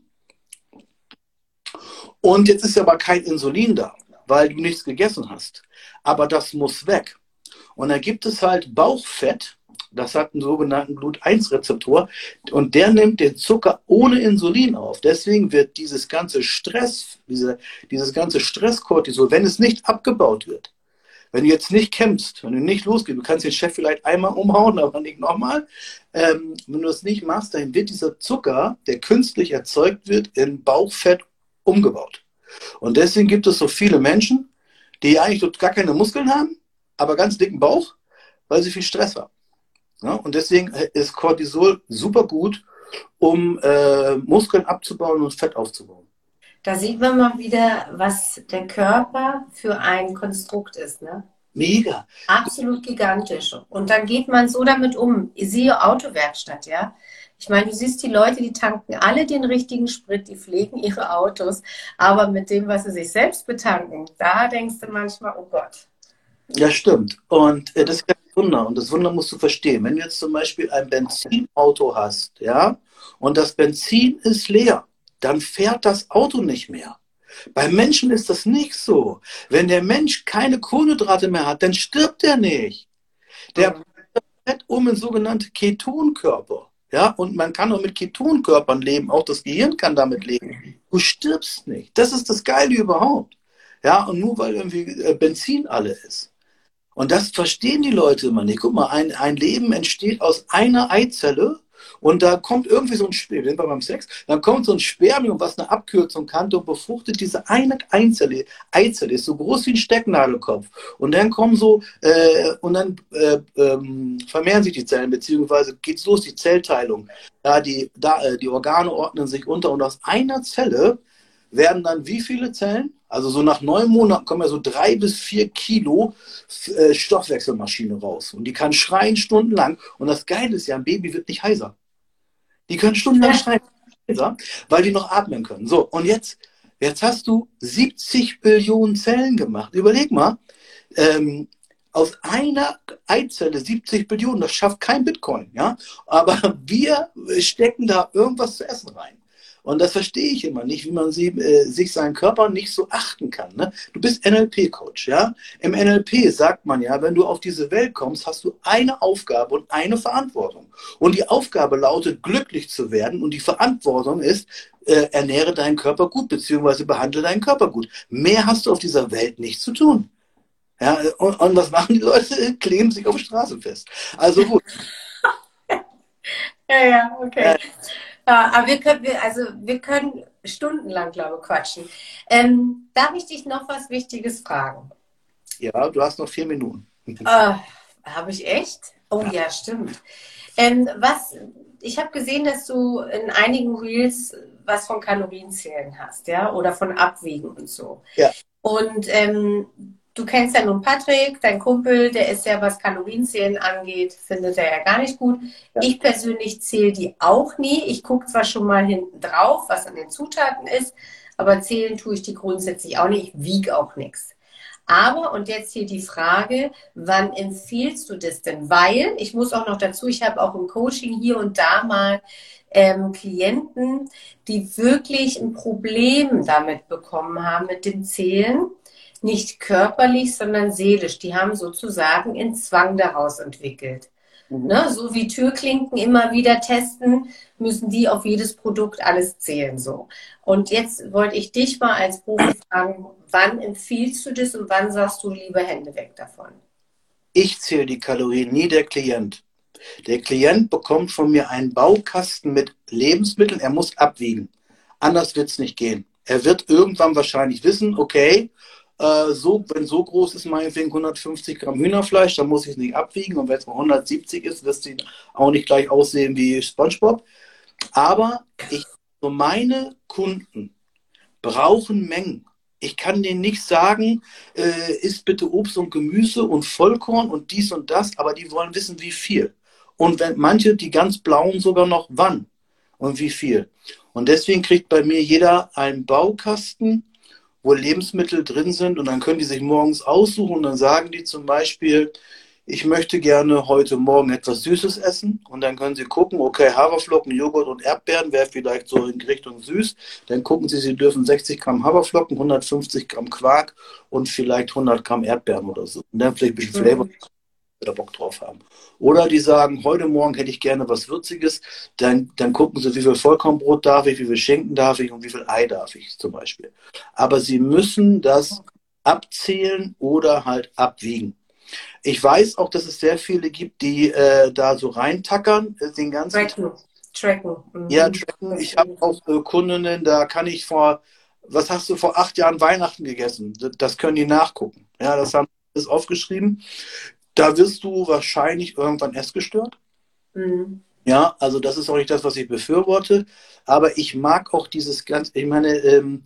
und jetzt ist aber kein Insulin da, weil du nichts gegessen hast. Aber das muss weg. Und dann gibt es halt Bauchfett, das hat einen sogenannten Blut-1-Rezeptor, und der nimmt den Zucker ohne Insulin auf. Deswegen wird dieses ganze Stress-Cortisol, wenn es nicht abgebaut wird, wenn du jetzt nicht kämpfst, wenn du nicht losgehst, du kannst den Chef vielleicht einmal umhauen, aber nicht nochmal, wenn du das nicht machst, dann wird dieser Zucker, der künstlich erzeugt wird, in Bauchfett umgebaut. Und deswegen gibt es so viele Menschen, die eigentlich gar keine Muskeln haben, aber ganz dicken Bauch, weil sie viel Stress haben. Ja, und deswegen ist Cortisol super gut, um Muskeln abzubauen und Fett aufzubauen. Da sieht man mal wieder, was der Körper für ein Konstrukt ist, ne? Mega. Absolut gigantisch. Und dann geht man so damit um. Siehe Autowerkstatt, ja? Ich meine, du siehst die Leute, die tanken alle den richtigen Sprit, die pflegen ihre Autos, aber mit dem, was sie sich selbst betanken, da denkst du manchmal, oh Gott. Ja, stimmt. Und das ist ja ein Wunder. Und das Wunder musst du verstehen. Wenn du jetzt zum Beispiel ein Benzinauto hast, ja, und das Benzin ist leer, dann fährt das Auto nicht mehr. Beim Menschen ist das nicht so. Wenn der Mensch keine Kohlenhydrate mehr hat, dann stirbt er nicht. Der fährt in sogenannte Ketonkörper. Ja, und man kann auch mit Ketonkörpern leben. Auch das Gehirn kann damit leben. Du stirbst nicht. Das ist das Geile überhaupt. Ja, und nur weil irgendwie Benzin alle ist. Und das verstehen die Leute immer nicht. Guck mal, ein Leben entsteht aus einer Eizelle Und da kommt irgendwie so ein Spermium, beim Sex, dann kommt so ein Spermium, was eine Abkürzung kannte und befruchtet diese eine Eizelle, ist so groß wie ein Stecknadelkopf. Und dann kommen vermehren sich die Zellen, beziehungsweise geht's los, die Zellteilung. Die Organe ordnen sich unter und aus einer Zelle werden dann wie viele Zellen? Also so nach 9 Monaten kommen ja so 3 bis 4 Kilo Stoffwechselmaschine raus. Und die kann schreien stundenlang. Und das Geile ist ja, ein Baby wird nicht heiser. Die können stundenlang schreien, weil die noch atmen können. So, und jetzt hast du 70 Billionen Zellen gemacht. Überleg mal, aus einer Eizelle 70 Billionen, das schafft kein Bitcoin. Ja? Aber wir stecken da irgendwas zu essen rein. Und das verstehe ich immer nicht, wie man sich seinen Körper nicht so achten kann. Ne? Du bist NLP-Coach, ja? Im NLP sagt man ja, wenn du auf diese Welt kommst, hast du eine Aufgabe und eine Verantwortung. Und die Aufgabe lautet, glücklich zu werden. Und die Verantwortung ist, ernähre deinen Körper gut, beziehungsweise behandle deinen Körper gut. Mehr hast du auf dieser Welt nicht zu tun. Ja? Und was machen die Leute? Kleben sich auf die Straße fest. Also gut. Ja, okay. Aber wir können stundenlang, glaube ich, quatschen. Darf ich dich noch was Wichtiges fragen? Ja, du hast noch 4 Minuten. Habe ich echt? Oh ja, stimmt. Ich habe gesehen, dass du in einigen Reels was von Kalorienzählen hast, ja, oder von Abwiegen und so. Ja. Und du kennst ja nun Patrick, dein Kumpel, der ist ja, was Kalorienzählen angeht, findet er ja gar nicht gut. Ja. Ich persönlich zähle die auch nie. Ich gucke zwar schon mal hinten drauf, was an den Zutaten ist, aber zählen tue ich die grundsätzlich auch nicht. Ich wiege auch nichts. Aber, und jetzt hier die Frage, wann empfiehlst du das denn? Weil, ich muss auch noch dazu, ich habe auch im Coaching hier und da mal Klienten, die wirklich ein Problem damit bekommen haben mit dem Zählen. Nicht körperlich, sondern seelisch. Die haben sozusagen einen Zwang daraus entwickelt. Ne? So wie Türklinken immer wieder testen, müssen die auf jedes Produkt alles zählen. So. Und jetzt wollte ich dich mal als Profi fragen, wann empfiehlst du das und wann sagst du lieber Hände weg davon? Ich zähle die Kalorien, nie der Klient. Der Klient bekommt von mir einen Baukasten mit Lebensmitteln, er muss abwiegen. Anders wird es nicht gehen. Er wird irgendwann wahrscheinlich wissen, okay, wenn so groß ist, meinetwegen 150 Gramm Hühnerfleisch, dann muss ich es nicht abwiegen. Und wenn es mal 170 ist, wirst du auch nicht gleich aussehen wie SpongeBob. Aber meine Kunden brauchen Mengen. Ich kann denen nicht sagen, isst bitte Obst und Gemüse und Vollkorn und dies und das, aber die wollen wissen, wie viel. Und wenn manche, die ganz blauen, sogar noch wann und wie viel. Und deswegen kriegt bei mir jeder einen Baukasten, wo Lebensmittel drin sind, und dann können die sich morgens aussuchen und dann sagen die zum Beispiel, ich möchte gerne heute Morgen etwas Süßes essen, und dann können sie gucken, okay, Haferflocken, Joghurt und Erdbeeren wäre vielleicht so in Richtung süß, dann gucken sie dürfen 60 Gramm Haferflocken, 150 Gramm Quark und vielleicht 100 Gramm Erdbeeren oder so. Und dann vielleicht ein bisschen Flavor, da Bock drauf haben. Oder die sagen, heute Morgen hätte ich gerne was Würziges, dann gucken sie, wie viel Vollkornbrot darf ich, wie viel Schinken darf ich und wie viel Ei darf ich zum Beispiel. Aber sie müssen das abzählen oder halt abwiegen. Ich weiß auch, dass es sehr viele gibt, die da so reintackern, den ganzen Tracken. Ja, tracken. Ich habe auch Kundinnen, da kann ich was hast du vor 8 Jahren Weihnachten gegessen? Das können die nachgucken. Ja, das haben sie aufgeschrieben. Da wirst du wahrscheinlich irgendwann essgestört. Mhm. Ja, also das ist auch nicht das, was ich befürworte. Aber ich mag auch dieses ganze, ich meine,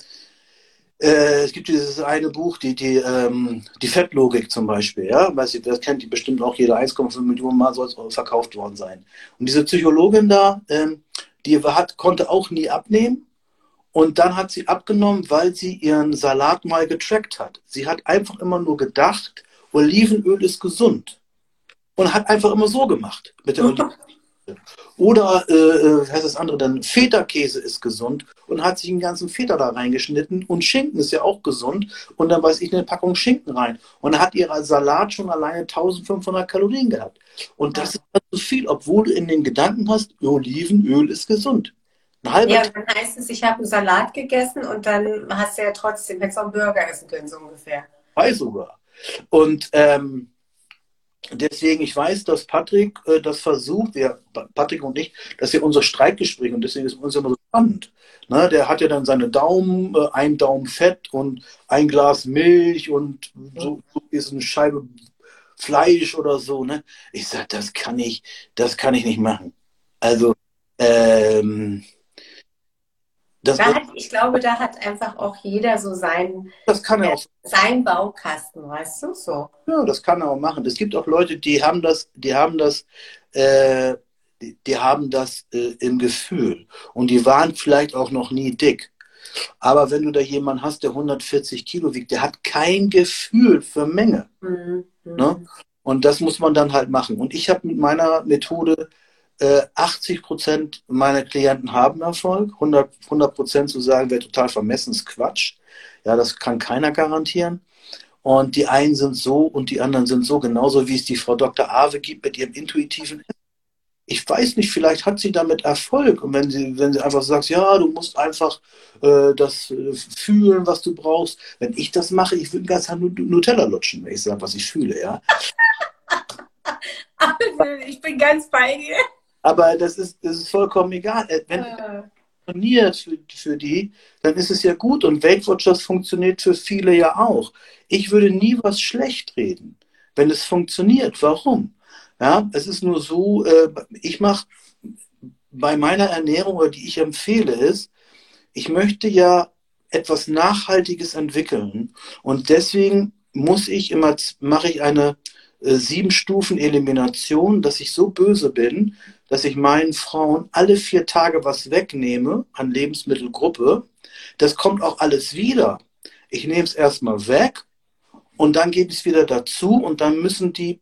es gibt dieses eine Buch, die Fettlogik zum Beispiel, ja, das kennt die bestimmt auch jeder, 1,5 Millionen Mal soll es verkauft worden sein. Und diese Psychologin da, konnte auch nie abnehmen, und dann hat sie abgenommen, weil sie ihren Salat mal getrackt hat. Sie hat einfach immer nur gedacht, Olivenöl ist gesund, und hat einfach immer so gemacht mit der Olivenöl. Oder, heißt das andere dann, Feta-Käse ist gesund, und hat sich einen ganzen Feta da reingeschnitten, und Schinken ist ja auch gesund, und dann weiß ich eine Packung Schinken rein. Und dann hat ihr Salat schon alleine 1500 Kalorien gehabt. Und das ist zu viel, obwohl du in den Gedanken hast, Olivenöl ist gesund. Ja, und dann heißt es, ich habe einen Salat gegessen, und dann hast du ja trotzdem, hättest auch einen Burger essen können, so ungefähr. Sogar. Und Deswegen, ich weiß, dass Patrick das versucht, Patrick und ich, dass wir unser Streitgespräch, und deswegen ist uns immer so spannend. Ne, der hat ja dann seine Daumen, ein Daumen Fett und ein Glas Milch und so ist eine Scheibe Fleisch oder so. Ne? Ich sage, das kann ich nicht machen. Also, ähm, das, das, Ich glaube, da hat einfach auch jeder so das kann er auch. seinen Baukasten, weißt du, so. Ja, das kann er auch machen. Es gibt auch Leute, äh, die haben das im Gefühl. Und die waren vielleicht auch noch nie dick. Aber wenn du da jemanden hast, der 140 Kilo wiegt, der hat kein Gefühl für Menge. Mhm. Ne? Und das muss man dann halt machen. Und ich habe mit meiner Methode 80% meiner Klienten haben Erfolg. 100% zu sagen, wäre total vermessen, ist Quatsch. Ja, das kann keiner garantieren. Und die einen sind so und die anderen sind so, genauso wie es die Frau Dr. Ave gibt mit ihrem intuitiven. Ich weiß nicht, vielleicht hat sie damit Erfolg. Und wenn sie einfach sagt, ja, du musst einfach das fühlen, was du brauchst. Wenn ich das mache, ich würde ganz Nutella lutschen, wenn ich sage, was ich fühle, ja. Ich bin ganz bei dir. Aber das ist vollkommen egal. Wenn es funktioniert für die, dann ist es ja gut. Und Weight Watchers funktioniert für viele ja auch. Ich würde nie was schlecht reden, wenn es funktioniert. Warum? Ja, es ist nur so, ich mache bei meiner Ernährung, oder die ich empfehle, ist, ich möchte ja etwas Nachhaltiges entwickeln. Und deswegen mache ich eine 7-Stufen-Elimination, dass ich so böse bin, dass ich meinen Frauen alle 4 Tage was wegnehme an Lebensmittelgruppe. Das kommt auch alles wieder. Ich nehme es erstmal weg und dann gebe ich es wieder dazu und dann müssen die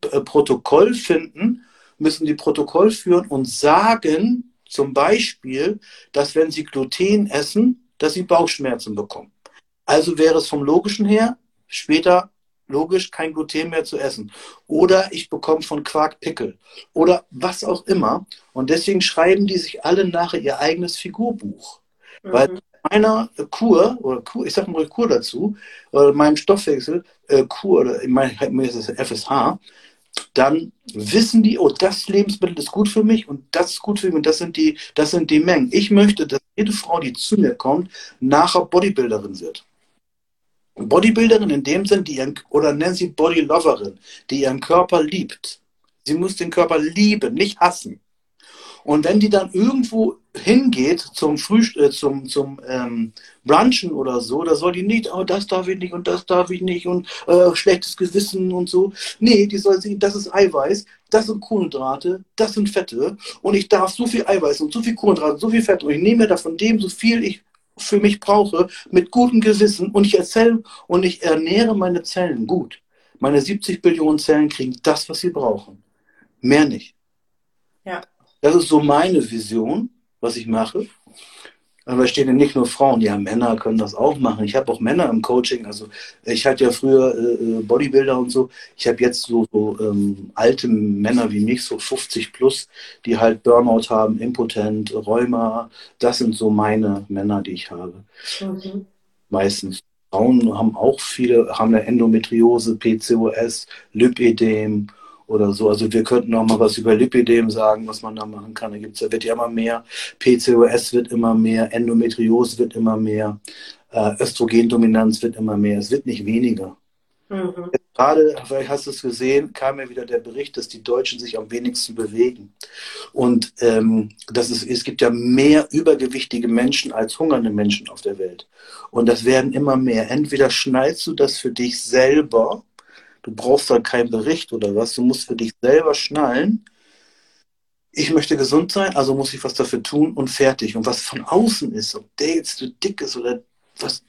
müssen die Protokoll führen und sagen zum Beispiel, dass wenn sie Gluten essen, dass sie Bauchschmerzen bekommen. Also wäre es vom Logischen her später logisch kein Gluten mehr zu essen. Oder ich bekomme von Quark Pickel. Oder was auch immer. Und deswegen schreiben die sich alle nachher ihr eigenes Figurbuch. Weil Mhm. meiner Kur, ich sage mal Kur dazu, meinem Stoffwechsel, Kur, oder mir ist es FSH, dann wissen die, oh, das Lebensmittel ist gut für mich und das ist gut für mich und das sind die Mengen. Ich möchte, dass jede Frau, die zu mir kommt, nachher Bodybuilderin wird. Bodybuilderin in dem Sinn, oder nennen sie Bodyloverin, die ihren Körper liebt. Sie muss den Körper lieben, nicht hassen. Und wenn die dann irgendwo hingeht zum Brunchen oder so, da soll die nicht, oh, das darf ich nicht und das darf ich nicht und schlechtes Gewissen und so. Nee, die soll sehen, das ist Eiweiß, das sind Kohlenhydrate, das sind Fette und ich darf so viel Eiweiß und so viel Kohlenhydrate, so viel Fett und ich nehme mir davon dem so viel ich für mich brauche, mit gutem Gewissen und ich ernähre meine Zellen gut. Meine 70 Billionen Zellen kriegen das, was sie brauchen. Mehr nicht. Ja. Das ist so meine Vision, was ich mache. Aber es stehen ja nicht nur Frauen, ja, Männer können das auch machen. Ich habe auch Männer im Coaching. Also ich hatte ja früher Bodybuilder und so. Ich habe jetzt so alte Männer wie mich, so 50 plus, die halt Burnout haben, impotent, Rheuma. Das sind so meine Männer, die ich habe. Mhm. Meistens. Frauen haben auch haben eine Endometriose, PCOS, Lipödem oder so. Also wir könnten auch mal was über Lipödem sagen, was man da machen kann. Da wird ja immer mehr, PCOS wird immer mehr, Endometriose wird immer mehr, Östrogendominanz wird immer mehr. Es wird nicht weniger. Mhm. Gerade, vielleicht hast du es gesehen, kam ja wieder der Bericht, dass die Deutschen sich am wenigsten bewegen. Und es gibt ja mehr übergewichtige Menschen als hungernde Menschen auf der Welt. Und das werden immer mehr. Entweder schnallst du das für dich selber, du brauchst dann keinen Bericht oder was, du musst für dich selber schnallen. Ich möchte gesund sein, also muss ich was dafür tun und fertig. Und was von außen ist, ob der jetzt so dick ist oder was.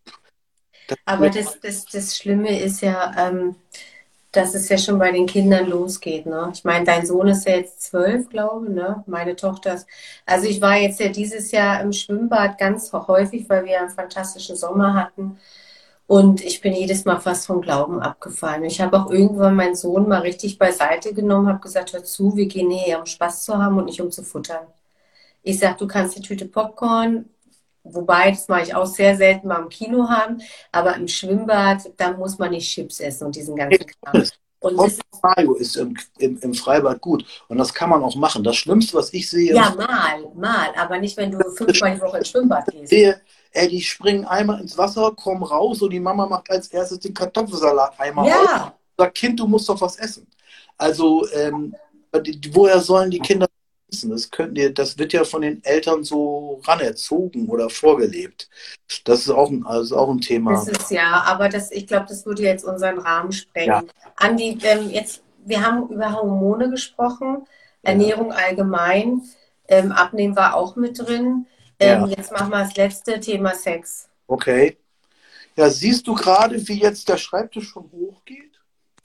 Aber das Schlimme ist ja, dass es ja schon bei den Kindern losgeht, ne? Ich meine, dein Sohn ist ja jetzt 12, glaube ich, ne? Meine Tochter ist. Also ich war jetzt ja dieses Jahr im Schwimmbad ganz häufig, weil wir einen fantastischen Sommer hatten. Und ich bin jedes Mal fast vom Glauben abgefallen. Ich habe auch irgendwann meinen Sohn mal richtig beiseite genommen, habe gesagt, hör zu, wir gehen hierher, um Spaß zu haben und nicht um zu futtern. Ich sage, du kannst die Tüte Popcorn, wobei, das mache ich auch sehr selten mal im Kino haben, aber im Schwimmbad, da muss man nicht Chips essen und diesen ganzen Kram. Und das ist, Mayo ist im Freibad gut. Und das kann man auch machen. Das Schlimmste, was ich sehe, ja, mal, aber nicht, wenn du 5-mal die Woche ins Schwimmbad gehst. die springen einmal ins Wasser, kommen raus und die Mama macht als erstes den Kartoffelsalat einmal auf und Ja, sagt, Kind, du musst doch was essen. Also, woher sollen die Kinder wissen? Das wird ja von den Eltern so ranerzogen oder vorgelebt. Das ist auch ein das Thema. ist ja, aber ich glaube, das würde jetzt unseren Rahmen Ja, sprengen. Andi, wir haben über Hormone gesprochen, ja, Ernährung allgemein, Abnehmen war auch mit drin. ja. Jetzt machen wir das letzte Thema Sex. Okay. Ja, siehst du gerade, wie jetzt der Schreibtisch schon hochgeht?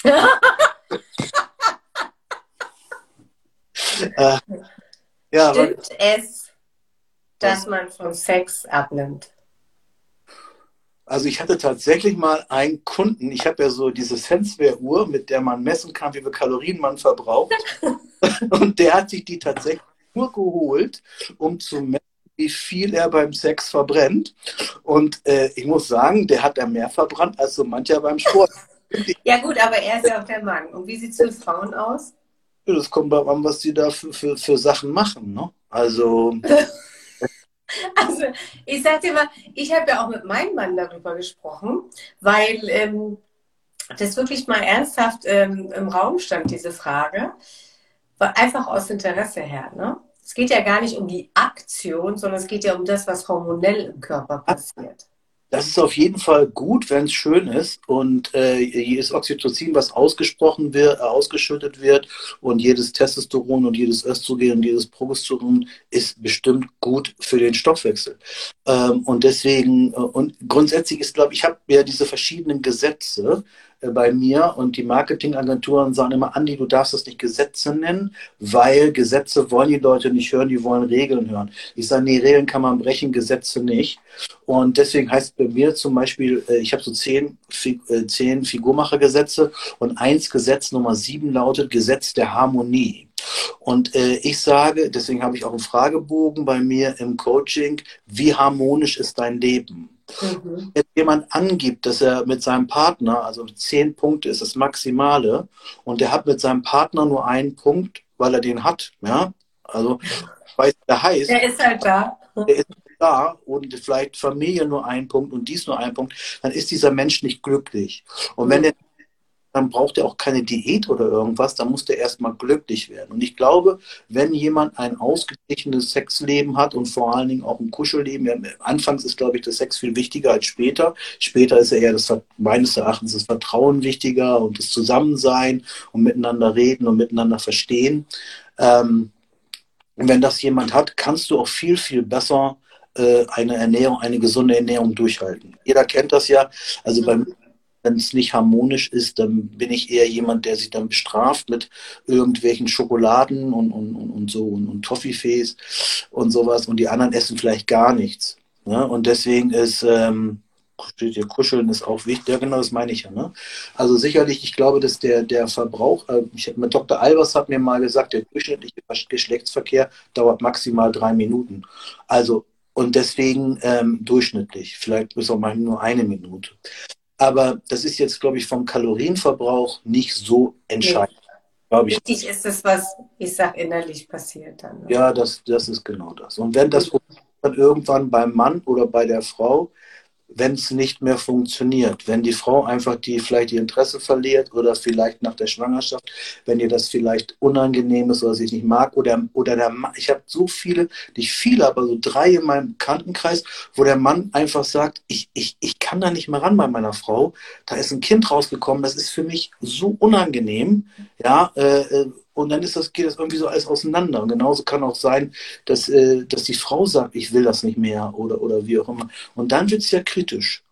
Äh, ja, Stimmt es, dass man von Sex abnimmt? also ich hatte tatsächlich mal einen Kunden, ich habe ja so diese Senseware-Uhr, mit der man messen kann, wie viel Kalorien man verbraucht. Und der hat sich die tatsächlich nur geholt, um zu messen, wie viel er beim Sex verbrennt. Und ich muss sagen, der hat da mehr verbrannt als so mancher beim Sport. Ja gut, aber er ist ja auch der Mann. Und wie sieht es für Frauen aus? Das kommt darauf an, was die da für Sachen machen. Ne? Also, Also, ich sag dir mal, ich habe ja auch mit meinem Mann darüber gesprochen, weil das wirklich mal ernsthaft im Raum stand, diese Frage. War einfach aus Interesse her. Ne? Es geht ja gar nicht um die Aktion, sondern es geht ja um das, was hormonell im Körper passiert. das ist auf jeden Fall gut, wenn es schön ist. Und jedes Oxytocin, was ausgeschüttet wird, und jedes Testosteron und jedes Östrogen und jedes Progesteron ist bestimmt gut für den Stoffwechsel. Und deswegen, und grundsätzlich ist, glaube ich, habe ja diese verschiedenen Gesetze bei mir, und die Marketingagenturen sagen immer, Andi, du darfst das nicht Gesetze nennen, weil Gesetze wollen die Leute nicht hören, die wollen Regeln hören. Ich sage, nee, Regeln kann man brechen, Gesetze nicht. Und deswegen heißt bei mir zum Beispiel, ich habe so 10 Figurmachergesetze, und Gesetz Nummer 7 lautet Gesetz der Harmonie. Und ich sage, deswegen habe ich auch einen Fragebogen bei mir im Coaching, wie harmonisch ist dein Leben? Mhm. Wenn jemand angibt, dass er mit seinem Partner, also 10 Punkte ist das Maximale, und der hat mit seinem Partner nur einen Punkt, weil er den hat, ja, also, weil der heißt, Der ist halt da. der ist da, und vielleicht Familie nur einen Punkt und dies nur einen Punkt, dann ist dieser Mensch nicht glücklich. Und wenn der, dann braucht er auch keine Diät oder irgendwas, dann muss der erstmal glücklich werden. Und ich glaube, wenn jemand ein ausgeglichenes Sexleben hat und vor allen Dingen auch ein Kuschelleben, ja, anfangs ist, glaube ich, das Sex viel wichtiger als später. Später ist ja eher meines Erachtens das Vertrauen wichtiger und das Zusammensein und miteinander reden und miteinander verstehen. Und wenn das jemand hat, kannst du auch viel, viel besser eine Ernährung, eine gesunde Ernährung durchhalten. Jeder kennt das ja. Also wenn es nicht harmonisch ist, dann bin ich eher jemand, der sich dann bestraft mit irgendwelchen Schokoladen und so und Toffifees und sowas, und die anderen essen vielleicht gar nichts. Ne? Und deswegen steht hier, Kuscheln ist auch wichtig. Ja, genau, das meine ich ja. Ne? Also sicherlich, ich glaube, dass der Verbrauch, Dr. Albers hat mir mal gesagt, der durchschnittliche Geschlechtsverkehr dauert maximal 3 Minuten. Also, und deswegen durchschnittlich, vielleicht bis auch mal nur 1 Minute. Aber das ist jetzt, glaube ich, vom Kalorienverbrauch nicht so Nee. entscheidend, glaube ich. Wichtig ist es, was, ich sag, innerlich passiert dann. Ne? Ja, das ist genau das. Und wenn das dann irgendwann beim Mann oder bei der Frau, wenn es nicht mehr funktioniert, wenn die Frau einfach vielleicht ihr Interesse verliert, oder vielleicht nach der Schwangerschaft, wenn ihr das vielleicht unangenehm ist oder sie es nicht mag, oder der Mann, ich habe so viele, nicht viele, aber so 3 in meinem Bekanntenkreis, wo der Mann einfach sagt, ich kann da nicht mehr ran bei meiner Frau, da ist ein Kind rausgekommen, das ist für mich so unangenehm, ja, und dann geht das irgendwie so alles auseinander. Und genauso kann auch sein, dass die Frau sagt, ich will das nicht mehr, oder wie auch immer. Und dann wird es ja kritisch.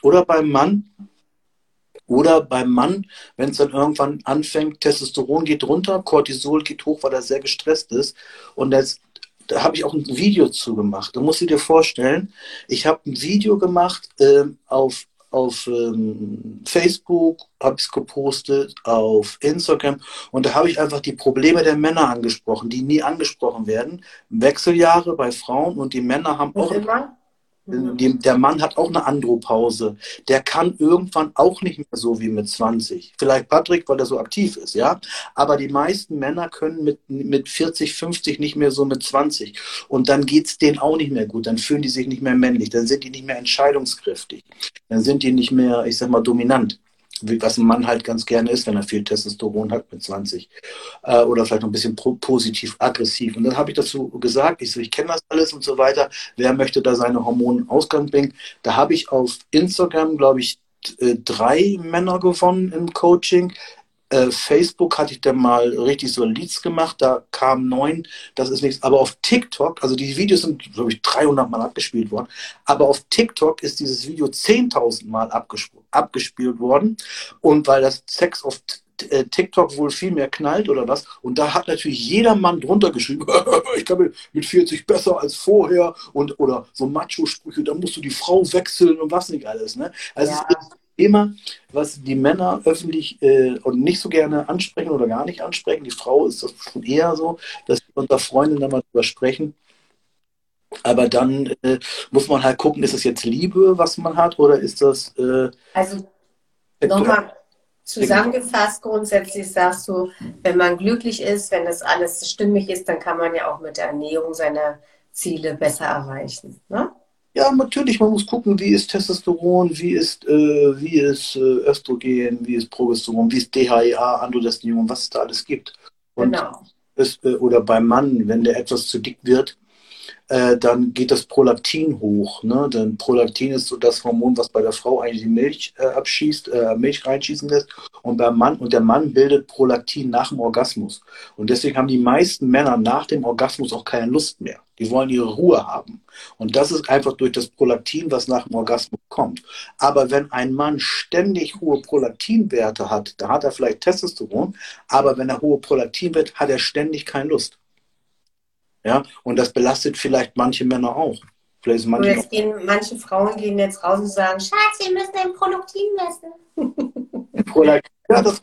Oder beim Mann, wenn es dann irgendwann anfängt, Testosteron geht runter, Cortisol geht hoch, weil er sehr gestresst ist. Und da habe ich auch ein Video zu gemacht. Da musst du dir vorstellen, ich habe ein Video gemacht auf Facebook, habe ich es gepostet, auf Instagram, und da habe ich einfach die Probleme der Männer angesprochen, die nie angesprochen werden. Wechseljahre bei Frauen, und die Männer haben Und auch immer? Mhm. Der Mann hat auch eine Andropause. Der kann irgendwann auch nicht mehr so wie mit 20. Vielleicht Patrick, weil er so aktiv ist, ja. Aber die meisten Männer können mit 40, 50 nicht mehr so mit 20. Und dann geht es denen auch nicht mehr gut. Dann fühlen die sich nicht mehr männlich. Dann sind die nicht mehr entscheidungskräftig. Dann sind die nicht mehr, ich sag mal, dominant. Was ein Mann halt ganz gerne ist, wenn er viel Testosteron hat mit 20 oder vielleicht noch ein bisschen positiv, aggressiv. Und dann habe ich dazu gesagt, ich so, ich kenne das alles und so weiter. Wer möchte da seine Hormone in Ausgang bringen? Da habe ich auf Instagram, glaube ich, 3 Männer gewonnen im Coaching. Facebook hatte ich dann mal richtig so Leads gemacht, da kamen 9, das ist nichts. Aber auf TikTok, also die Videos sind, glaube ich, 300 Mal abgespielt worden, aber auf TikTok ist dieses Video 10.000 Mal abgespielt worden. Und weil das Sex auf TikTok wohl viel mehr knallt oder was, und da hat natürlich jeder Mann drunter geschrieben, ich kann mit 40 besser als vorher und oder so Macho-Sprüche, da musst du die Frau wechseln und was nicht alles. Ne? Also es ist Ja, ein Thema, was die Männer öffentlich und nicht so gerne ansprechen oder gar nicht ansprechen. Die Frau ist das schon eher so, dass wir unter Freunden da mal drüber sprechen. Aber dann muss man halt gucken, ist es jetzt Liebe, was man hat, oder ist das also sexuell? nochmal zusammengefasst, grundsätzlich sagst du, wenn man glücklich ist, wenn das alles stimmig ist, dann kann man ja auch mit der Ernährung seine Ziele besser erreichen. Ne? Ja, natürlich, man muss gucken, wie ist Testosteron, wie ist Östrogen, wie ist Progesteron, wie ist DHEA, Androstenedion, was es da alles gibt. Und Genau. oder beim Mann, wenn der etwas zu dick wird, dann geht das Prolaktin hoch. Ne? Denn Prolaktin ist so das Hormon, was bei der Frau eigentlich die Milch abschießt, Milch reinschießen lässt. Und der Mann bildet Prolaktin nach dem Orgasmus. Und deswegen haben die meisten Männer nach dem Orgasmus auch keine Lust mehr. Die wollen ihre Ruhe haben. Und das ist einfach durch das Prolaktin, was nach dem Orgasmus kommt. Aber wenn ein Mann ständig hohe Prolaktinwerte hat, da hat er vielleicht Testosteron, aber wenn er hohe Prolaktinwerte hat, hat er ständig keine Lust. Ja, und das belastet vielleicht manche Männer auch. Vielleicht ist Und manchen auch jetzt gehen, manche Frauen gehen jetzt raus und sagen, Schatz, wir müssen den Prolaktin messen. Prolaktin. Ja, das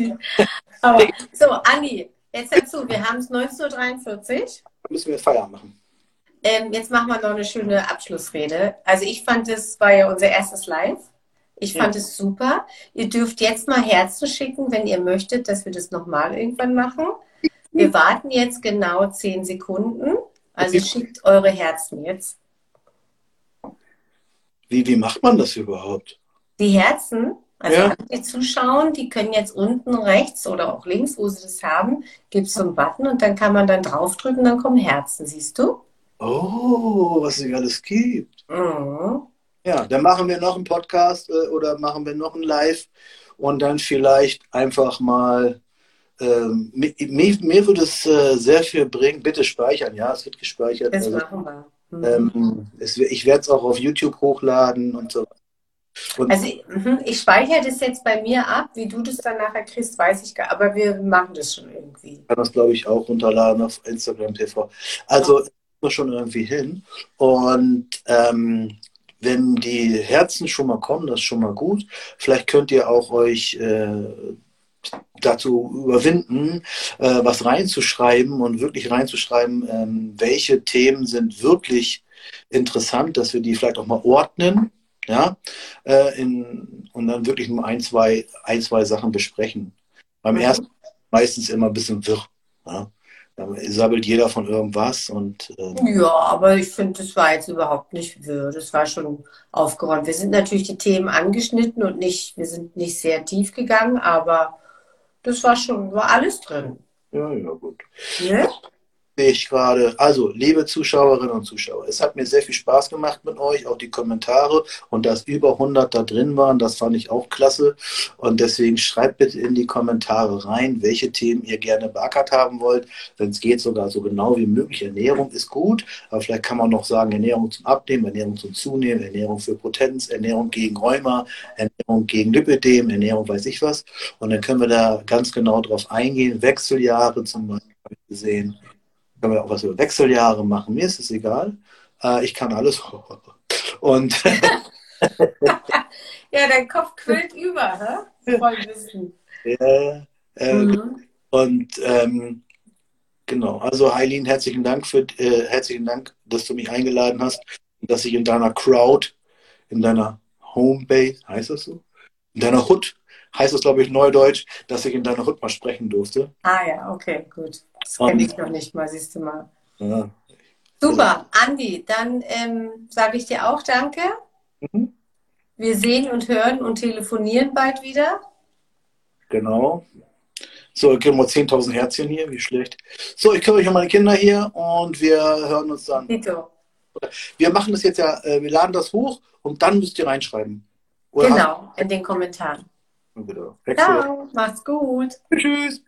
Aber so, Andi, jetzt dazu, wir haben es 19:43 Uhr. müssen wir Feierabend machen. Jetzt machen wir noch eine schöne Abschlussrede. Also ich fand, es war ja unser erstes Live. Ich Ja. fand es super. Ihr dürft jetzt mal Herzen schicken, wenn ihr möchtet, dass wir das nochmal irgendwann machen. Wir warten jetzt genau 10 Sekunden. Also schickt eure Herzen jetzt. Wie macht man das überhaupt? Die Herzen, also Ja. alle, die zuschauen, die können jetzt unten rechts oder auch links, wo sie das haben, gibt es so einen Button und dann kann man dann draufdrücken, dann kommen Herzen, siehst du? Oh, was es hier alles gibt. Mhm. Ja, dann machen wir noch einen Podcast oder machen wir noch ein Live und dann vielleicht einfach mal. Mir würde es sehr viel bringen. Bitte speichern, ja, es wird gespeichert. Das Also, machen wir. Mhm. ich werde es auch auf YouTube hochladen und so. Und Also ich speichere das jetzt bei mir ab, wie du das dann nachher kriegst, weiß ich gar nicht, aber wir machen das schon irgendwie. kann das, glaube ich, auch runterladen auf Instagram TV. Also ist wir schon irgendwie hin. Und wenn die Herzen schon mal kommen, das ist schon mal gut. Vielleicht könnt ihr auch euch dazu überwinden, was reinzuschreiben und wirklich reinzuschreiben, welche Themen sind wirklich interessant, dass wir die vielleicht auch mal ordnen, ja, und dann wirklich nur ein, zwei Sachen besprechen. Beim ersten Mhm. meistens immer ein bisschen wirr. Ja. Da sabbelt jeder von irgendwas und Ja, aber ich finde, das war jetzt überhaupt nicht wirr. Das war schon aufgeräumt. Wir sind natürlich die Themen angeschnitten und nicht, wir sind nicht sehr tief gegangen, aber das war schon, war alles drin. ja, ja, gut. Ne? Sehe ich gerade. Also, liebe Zuschauerinnen und Zuschauer, es hat mir sehr viel Spaß gemacht mit euch, auch die Kommentare und dass über 100 da drin waren, das fand ich auch klasse. Und deswegen schreibt bitte in die Kommentare rein, welche Themen ihr gerne beackert haben wollt. Wenn es geht, sogar so genau wie möglich. Ernährung ist gut, aber vielleicht kann man noch sagen, Ernährung zum Abnehmen, Ernährung zum Zunehmen, Ernährung für Potenz, Ernährung gegen Rheuma, Ernährung gegen Lipödem, Ernährung weiß ich was. Und dann können wir da ganz genau drauf eingehen. Wechseljahre zum Beispiel habe ich gesehen. Können wir auch was über Wechseljahre machen. Mir ist es egal. Ich kann alles. Und Ja, dein Kopf quillt über, hä? Voll Wissen. äh, äh, Mhm. und genau. Also Heilin, herzlichen Dank dass du mich eingeladen hast. dass ich in deiner Crowd, in deiner Homebase, heißt das so? In deiner Hood, heißt es, glaube ich, neudeutsch, dass ich in deiner Hood mal sprechen durfte. Ah ja, okay, gut. Das kenne Und, ich noch nicht mal, siehst du mal. ja, also, Super, Andi, dann sage ich dir auch danke. mhm, Wir sehen und hören und telefonieren bald wieder. genau. So, ich kriege mal 10.000 Herzchen hier, wie schlecht. So, ich kümmere mich um meine Kinder hier und wir hören uns dann. Tito. Wir machen das jetzt ja, wir laden das hoch und dann müsst ihr reinschreiben. Oder hast Genau, in den Kommentaren. du wieder? Excellent. Ciao, macht's gut. Tschüss.